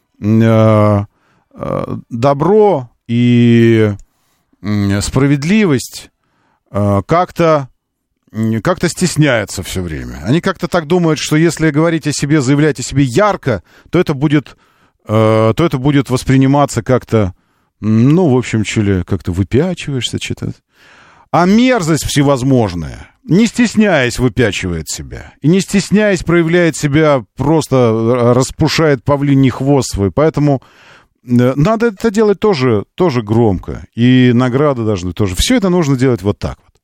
э, э, добро и э, справедливость э, как-то как-то стесняются все время. Они как-то так думают, что если говорить о себе, заявлять о себе ярко, то это будет, э, то это будет восприниматься как-то, ну, в общем, чили, как-то выпячиваешься, что-то. А мерзость всевозможная, не стесняясь, выпячивает себя. И не стесняясь, проявляет себя, просто распушает павлиний хвост свой. Поэтому надо это делать тоже, тоже громко. И награды должны тоже. Все это нужно делать вот так вот.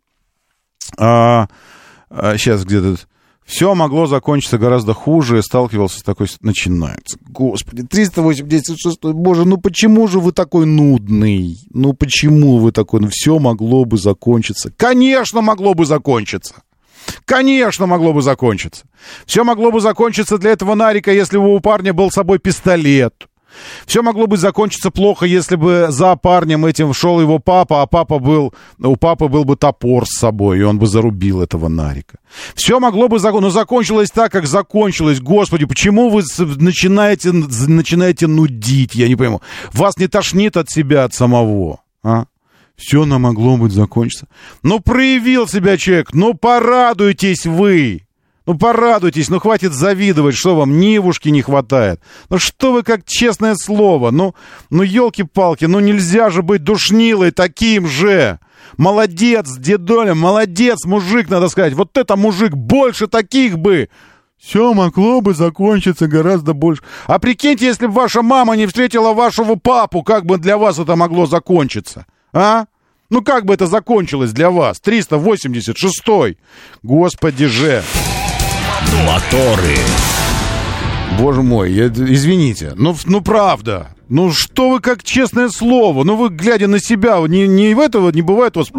А, а сейчас где-то... Все могло закончиться гораздо хуже. Сталкивался с такой... Начинается. Господи, триста восемьдесят шесть. Боже, ну почему же вы такой нудный? Ну почему вы такой? Ну все могло бы закончиться. Конечно, могло бы закончиться. Конечно, могло бы закончиться. Все могло бы закончиться для этого Нарика, если бы у парня был с собой пистолет. Все могло бы закончиться плохо, если бы за парнем этим шел его папа, а папа был, у папы был бы топор с собой, и он бы зарубил этого Нарика. Все могло бы закончиться, но закончилось так, как закончилось. Господи, почему вы начинаете, начинаете нудить? Я не пойму. Вас не тошнит от себя, от самого, а? Все нам могло быть закончиться. Ну, проявил себя человек, ну, порадуйтесь вы. Ну, порадуйтесь, ну, хватит завидовать, что вам Нивушки не хватает. Ну, что вы, как честное слово, ну, ну, елки-палки, ну, нельзя же быть душнилой таким же. Молодец, дедуля, молодец, мужик, надо сказать. Вот это мужик, больше таких бы. Все могло бы закончиться гораздо больше. А прикиньте, если бы ваша мама не встретила вашего папу, как бы для вас это могло закончиться? А? Ну как бы это закончилось для вас? триста восемьдесят шестой. Господи же. Моторы. Боже мой, я, извините, ну, ну правда. Ну что вы, как честное слово, ну вы, глядя на себя, не, не в этого не бывает у вас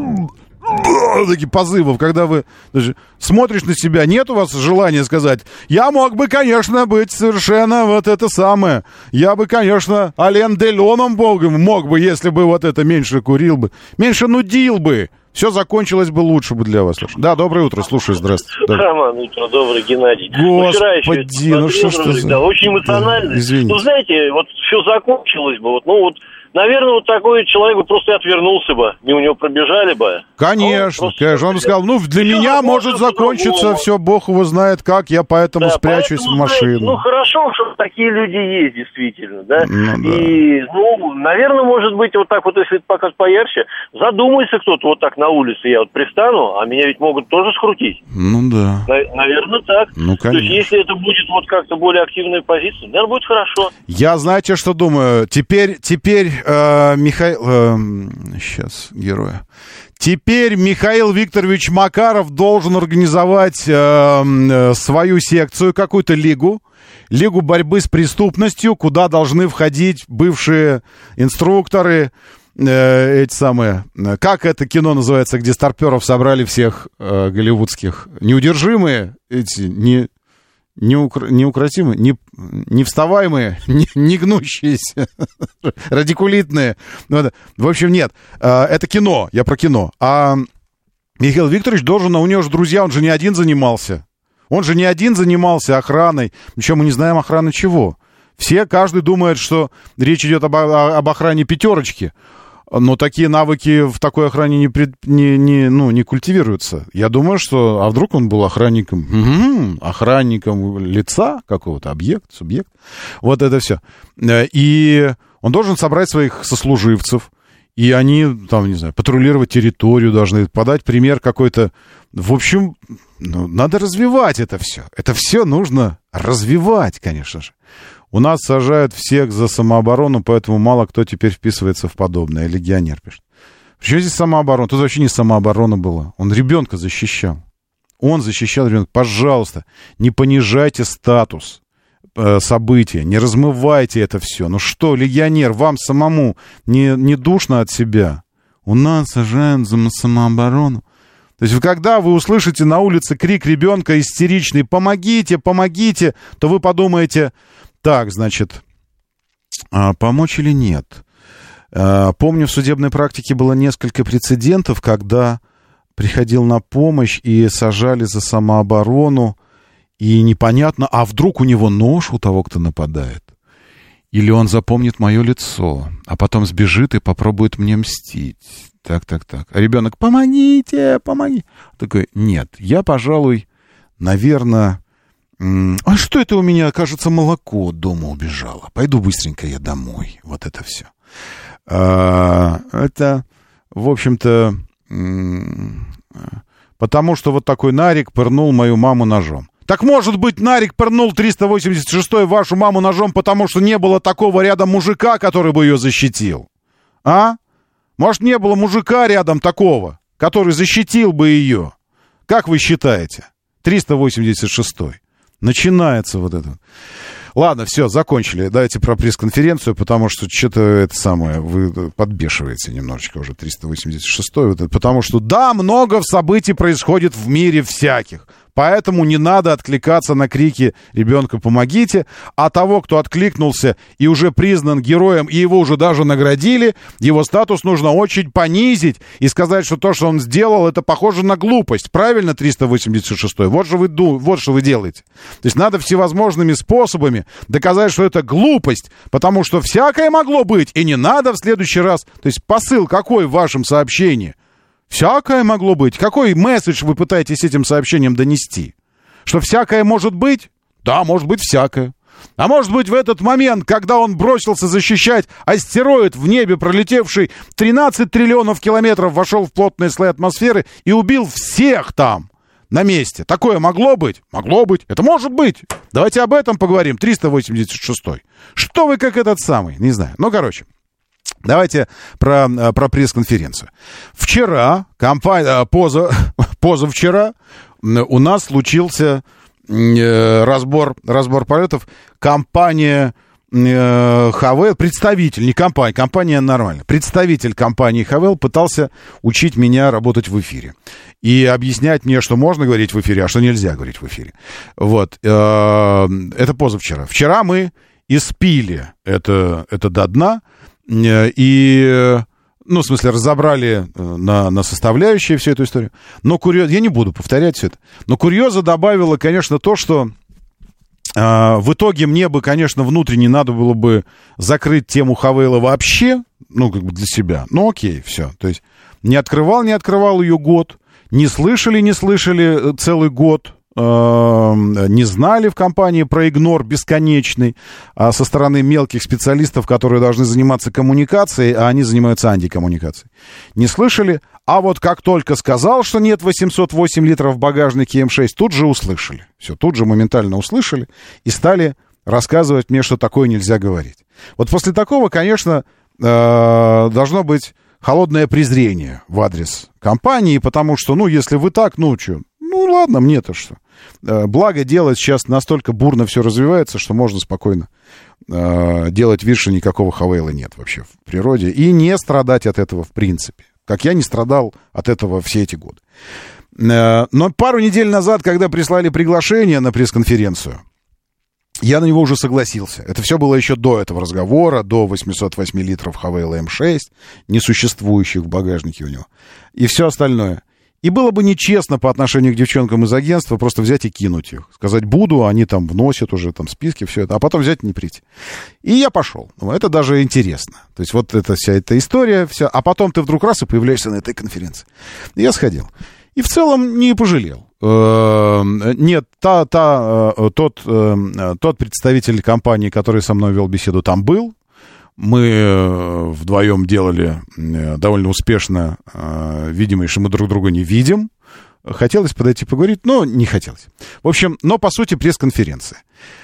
таких позывов, когда вы даже смотришь на себя, нет у вас желания сказать, я мог бы, конечно, быть совершенно вот это самое, я бы, конечно, Ален Делоном мог, мог бы, если бы вот это меньше курил бы, меньше нудил бы, все закончилось бы лучше бы для вас. Да, доброе утро, слушаю, здравствуйте. Да. Роман, утро доброе, Геннадий. Господи, ну, ну что ж ты... Да, очень эмоционально. Да, извините. Ну, знаете, вот все закончилось бы, вот, ну вот, наверное, вот такой человек бы просто отвернулся бы, мимо него пробежали бы. Конечно, он конечно. Он бы сказал, ну, для все меня может закончиться, все, Бог его знает как, я поэтому да, спрячусь поэтому, в машину. Знаете, ну, хорошо, что такие люди есть, действительно, да. Ну, да. И, ну, наверное, может быть, вот так вот, если это показ поярче, задумается кто-то вот так на улице, я вот пристану, а меня ведь могут тоже скрутить. Ну, да. На- наверное, так. Ну, конечно. То есть, если это будет вот как-то более активная позиция, наверное, будет хорошо. Я, знаете, что думаю? Теперь, теперь, э, Михаил... Э, сейчас, героя. Теперь Михаил Викторович Макаров должен организовать э, э, свою секцию, какую-то лигу, лигу борьбы с преступностью, куда должны входить бывшие инструкторы, э, эти самые, как это кино называется, где старперов собрали всех э, голливудских, неудержимые, эти, не... Неукр... неукротимые, не... невставаемые, не... не гнущиеся, радикулитные. В общем, нет, это кино, я про кино. А Михаил Викторович должен, у него же друзья, он же не один занимался. Он же не один занимался охраной. Причем мы не знаем охраны чего. Все, каждый думает, что речь идет об, об охране пятерочки. Но такие навыки в такой охране не, пред, не, не, ну, не культивируются. Я думаю, что... А вдруг он был охранником? Угу, охранником лица какого-то, объект, субъект. Вот это все. И он должен собрать своих сослуживцев. И они, там, не знаю, патрулировать территорию должны, подать пример какой-то. В общем, ну, надо развивать это все. Это все нужно развивать, конечно же. У нас сажают всех за самооборону, поэтому мало кто теперь вписывается в подобное. Легионер пишет. Причем здесь самооборона? Тут вообще не самооборона была. Он ребенка защищал. Он защищал ребенка. Пожалуйста, не понижайте статус э, события, не размывайте это все. Ну что, легионер, вам самому не, не душно от себя? У нас сажают за самооборону. То есть, когда вы услышите на улице крик ребенка истеричный «помогите, помогите», то вы подумаете... Так, значит, помочь или нет? Помню, в судебной практике было несколько прецедентов, когда приходил на помощь и сажали за самооборону, и непонятно, а вдруг у него нож у того, кто нападает? Или он запомнит мое лицо, а потом сбежит и попробует мне мстить? Так, так, так. А ребенок, помогите, помоги. Такой, нет, я, пожалуй, наверное... А что это у меня, кажется, молоко дома убежало? Пойду быстренько я домой. Вот это все. А, это, в общем-то, потому что вот такой нарик пырнул мою маму ножом. Так, может быть, нарик пырнул триста восемьдесят шестой вашу маму ножом, потому что не было такого рядом мужика, который бы ее защитил? А? Может, не было мужика рядом такого, который защитил бы ее? Как вы считаете? триста восемьдесят шестой. Начинается вот это. Ладно, все, закончили. Давайте про пресс-конференцию, потому что что-то это самое, вы подбешиваете немножечко уже триста восемьдесят шестой. Вот это, потому что, да, много событий происходит в мире всяких. Поэтому не надо откликаться на крики «ребенка, помогите», а того, кто откликнулся и уже признан героем, и его уже даже наградили, его статус нужно очень понизить и сказать, что то, что он сделал, это похоже на глупость. Правильно, триста восемьдесят шестой? Вот же вы, вот что вы делаете. То есть надо всевозможными способами доказать, что это глупость, потому что всякое могло быть, и не надо в следующий раз. То есть посыл какой в вашем сообщении? Всякое могло быть. Какой месседж вы пытаетесь этим сообщением донести? Что всякое может быть? Да, может быть всякое. А может быть в этот момент, когда он бросился защищать астероид в небе, пролетевший тринадцать триллионов километров, вошел в плотные слои атмосферы и убил всех там. на месте. Такое могло быть? Могло быть. Это может быть. Давайте об этом поговорим. триста восемьдесят шестой. Что вы как этот самый? Не знаю. Ну, короче. Давайте про, про пресс-конференцию. Вчера, компания, поза, позавчера у нас случился разбор, разбор полетов. Компания Хавел, представитель, не компания, компания нормальная. Представитель компании Хавел пытался учить меня работать в эфире. И объяснять мне, что можно говорить в эфире, а что нельзя говорить в эфире. Вот. Это позавчера. Вчера мы испили это, это до дна. И, ну, в смысле, разобрали на, на составляющие всю эту историю. Но курьез... Я не буду повторять все это. Но курьеза добавила, конечно, то, что э, в итоге мне бы, конечно, внутренне надо было бы закрыть тему Хавейла вообще, ну, как бы для себя. Ну, окей, все. То есть не открывал, не открывал ее год, не слышали, не слышали целый год. Не знали в компании про игнор бесконечный а со стороны мелких специалистов, которые должны заниматься коммуникацией, а они занимаются антикоммуникацией. Не слышали, а вот как только сказал, что нет восемьсот восемь литров в багажнике эм шесть, тут же услышали. Все, тут же моментально услышали и стали рассказывать мне, что такое нельзя говорить. Вот после такого, конечно, должно быть холодное презрение в адрес компании, потому что, ну, если вы так, ну, что... Ну, ладно, мне-то что. Благо дело сейчас настолько бурно все развивается, что можно спокойно э, делать вид, что никакого Хавейла нет вообще в природе. И не страдать от этого в принципе. Как я не страдал от этого все эти годы. Э, но пару недель назад, когда прислали приглашение на пресс-конференцию, я на него уже согласился. Это все было еще до этого разговора, до восемьсот восемь литров Хавейла эм шесть, несуществующих в багажнике у него. И все остальное. И было бы нечестно по отношению к девчонкам из агентства просто взять и кинуть их. Сказать буду, они там вносят уже там списки, все это, а потом взять и не прийти. И я пошел. Ну, это даже интересно. То есть вот эта вся эта история, вся, а потом ты вдруг раз и появляешься на этой конференции. И я сходил. И в целом не пожалел. Нет, та, та, тот, тот представитель компании, который со мной вел беседу, там был. Мы вдвоем делали довольно успешно, видимо, что мы друг друга не видим. Хотелось подойти поговорить, но не хотелось. В общем, но по сути пресс-конференция.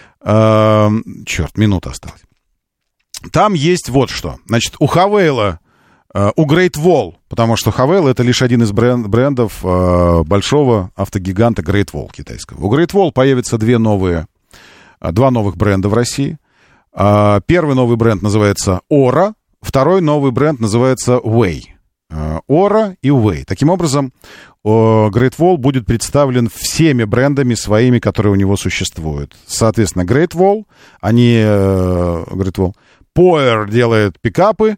Черт, минута осталась. Там есть вот что. Значит, у Хавейла, у Great Wall, потому что Хавейл это лишь один из брендов большого автогиганта Great Wall китайского. У Great Wall появятся две новые, два новых бренда в России. Первый новый бренд называется Ora, второй новый бренд называется Way. Ora и Way. Таким образом, Great Wall будет представлен всеми брендами своими, которые у него существуют. Соответственно, Great Wall, они... Great Wall. Poer делает пикапы,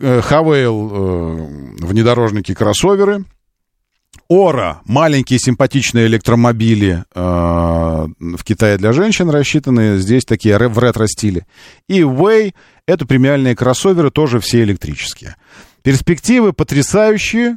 Хавейл внедорожники, кроссоверы. Ora — маленькие симпатичные электромобили э, в Китае для женщин рассчитанные, здесь такие в ретро-стиле. И Way — это премиальные кроссоверы, тоже все электрические. Перспективы потрясающие,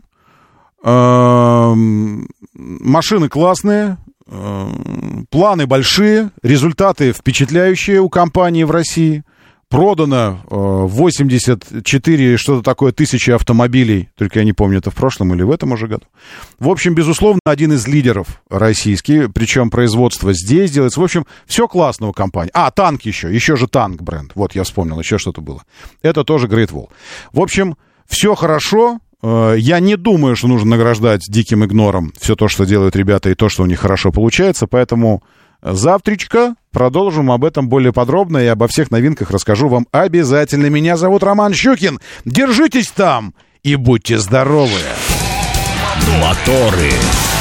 э, машины классные, э, планы большие, результаты впечатляющие у компании в России. Продано восемьдесят четыре, что-то такое, тысячи автомобилей, только я не помню, это в прошлом или в этом уже году. В общем, безусловно, один из лидеров российский, причем производство здесь делается. В общем, все классно у компании. А, танк еще, еще же танк бренд. Вот, я вспомнил, еще что-то было. Это тоже Great Wall. В общем, все хорошо. Я не думаю, что нужно награждать диким игнором все то, что делают ребята, и то, что у них хорошо получается, поэтому... Завтрачка продолжим об этом более подробно и обо всех новинках расскажу вам обязательно. Меня зовут Роман Щукин. Держитесь там и будьте здоровы. Моторы.